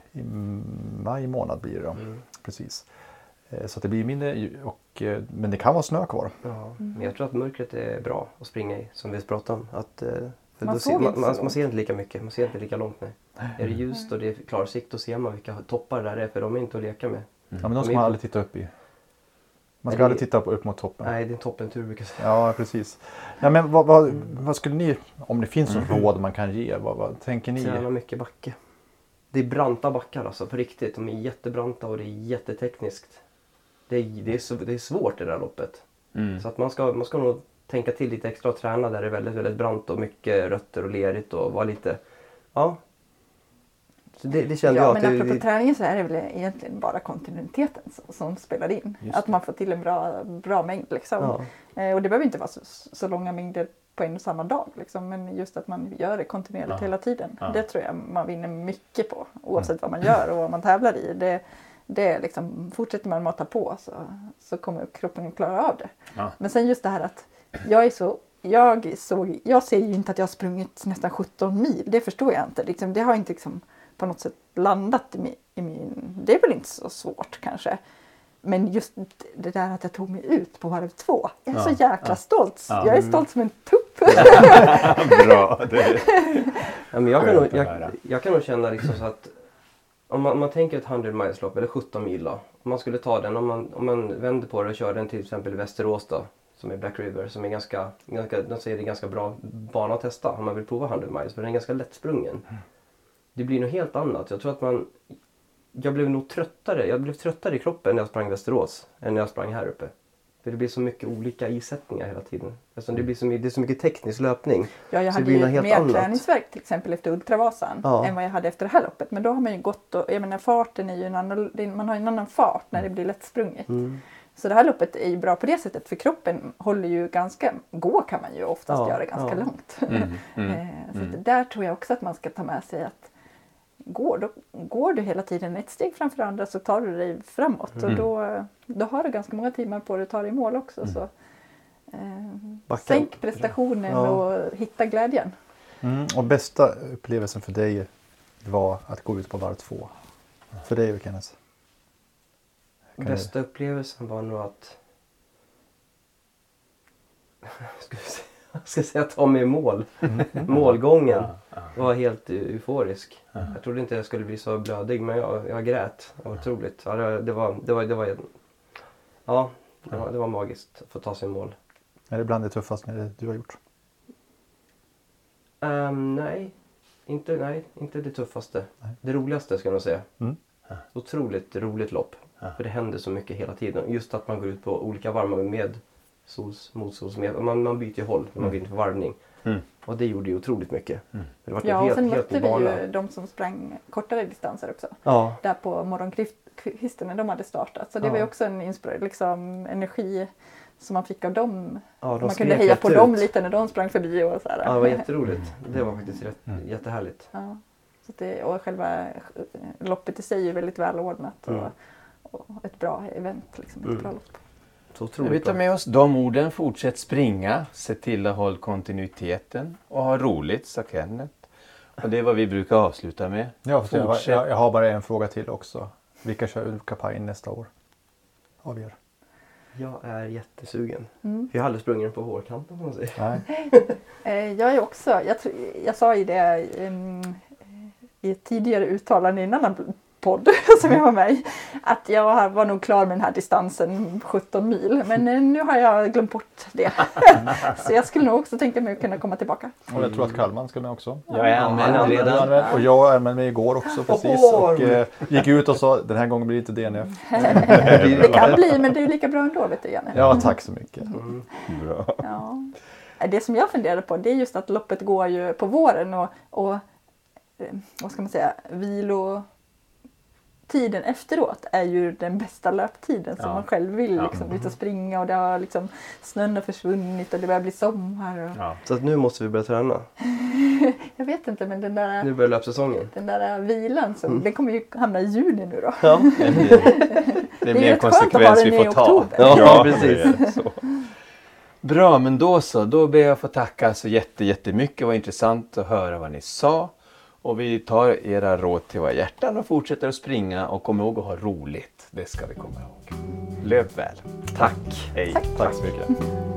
maj månad blir det då. Precis. Så att det blir mindre, men det kan vara snö kvar. Ja, men jag tror att mörkret är bra att springa i, som vi pratade om. Man ser inte lika mycket, man ser inte lika långt. Nej. Är det ljust och det är klar sikt, då ser man vilka toppar det där är, för de är inte att leka med. Ja, men de ska man aldrig titta upp i. Man ska aldrig titta upp mot toppen. Nej, det är en toppentur brukar jag säga. Ja, precis. Nej, men vad skulle ni, om det finns något råd man kan ge, vad tänker ni? Träna mycket backe. Det är branta backar alltså, på riktigt. De är jättebranta och det är jättetekniskt. Det är svårt det där loppet. Så att man ska nog tänka till lite extra och träna där det är väldigt, väldigt brant och mycket rötter och lerigt och vara lite, Så det kände Ja, jag men att apropå träningen så är det väl egentligen bara kontinuiteten som spelar in. Just Att man får till en bra mängd liksom. Och det behöver inte vara så långa mängder på en och samma dag. Liksom. Men just att man gör det kontinuerligt hela tiden. Det tror jag man vinner mycket på. Oavsett vad man gör och vad man tävlar i. Det är liksom, fortsätter man mata på så kommer kroppen klara av det. Ja. Men sen just det här att jag ser ju inte att jag har sprungit nästan 17 mil. Det förstår jag inte. Liksom, det har inte liksom på något sätt landat i min... Det är väl inte så svårt kanske. Men just det där att jag tog mig ut på varv 2. Jag är så jäkla stolt. Ja. Jag är stolt som en tupp. Bra. Ja, men jag kan nog känna liksom så att om man tänker ett 100 mileslopp eller 17 mil då. Om man skulle ta den, om man vänder på det och kör den till exempel Västerås då. Som är Black River, som är de säger det är ganska bra bana att testa om man vill prova 100 miles. För den är ganska lättsprungen. Det blir något helt annat. Jag tror att jag blev nog tröttare. Jag blev tröttare i kroppen när jag sprang Västerås än när jag sprang här uppe. För det blir så mycket olika isättningar hela tiden. Alltså det är så mycket teknisk löpning. Ja, jag hade ju mer träningsverk till exempel efter Ultravasan än vad jag hade efter det här loppet. Men då har man ju gått och, jag menar farten är ju man har en annan fart när det blir lättsprunget. Så det här loppet är ju bra på det sättet, för kroppen håller ju går kan man ju oftast göra ganska långt. Så där tror jag också att man ska ta med sig att går du hela tiden ett steg framför andra så tar du dig framåt. Och då har du ganska många timmar på dig att ta dig i mål också. Så, sänk prestationen och hitta glädjen. Och bästa upplevelsen för dig var att gå ut på varv 2. För dig och Kenneth? Bästa upplevelsen var nog att ska säga ta mig i mål. Målgången var helt euforisk. Jag trodde inte jag skulle bli så blödig, men jag grät. Det var otroligt. Ja, det var magiskt att få ta sig i mål. Är det bland det tuffaste du har gjort? Nej, inte det tuffaste. Nej. Det roligaste ska jag nog säga. Otroligt roligt lopp. För det händer så mycket hela tiden. Just att man går ut på olika varmar med motsols. Man byter ju håll när man går in på varvning. Och det gjorde ju otroligt mycket. Det var och sen mötte vi ju de som sprang kortare distanser också. Där på morgonkvisten när de hade startat. Så det var ju också en energi som man fick av dem. Man kunde heja på dem lite när de sprang förbi och så här. Ja, det var jätteroligt. Det var faktiskt jättehärligt. Ja. Så och själva loppet i sig är ju väldigt välordnat och ett bra event, liksom, ett bra lopp. Vi tar med oss de orden, fortsätt springa, se till att hålla kontinuiteten och ha roligt, sa Kenneth. Och det är vad vi brukar avsluta med. Ja, jag har bara en fråga till också. Vilka kör Ultrapine nästa år? Av er? Jag är jättesugen. Jag har aldrig sprungit på vårkanten, kan man säga. Nej. Jag är också, jag sa ju det i ett tidigare uttalande i en annan podd som jag var med i, att jag var nog klar med den här distansen 17 mil, men nu har jag glömt bort det. Så jag skulle nog också tänka mig att kunna komma tillbaka. Och jag tror att Kallman ska med också. Jag är anmäld redan. Och jag anmälde mig igår också precis och gick ut och sa den här gången blir det inte DNF. Det kan bli, men det är lika bra ändå, vet du, Janne. Ja, tack så mycket. Bra. Ja. Det som jag funderar på, det är just att loppet går ju på våren och vad ska man säga, tiden efteråt är ju den bästa löptiden som man själv vill liksom, ut och springa, och det har liksom, snön har försvunnit och det börjar bli sommar. Och... Så att nu måste vi börja träna. Jag vet inte, men den där... Nu börjar löpsäsongen. Den där vilan, den kommer ju hamna i juni nu då. Ja. Det blir en konsekvens vi får ta. Ja, precis. Så. Bra, men då så. Då ber jag få tacka så jättemycket. Det var intressant att höra vad ni sa. Och vi tar era råd till våra hjärtan och fortsätter att springa och kommer ihåg att ha roligt. Det ska vi komma ihåg. Löp väl. Tack. Hej. Tack så mycket.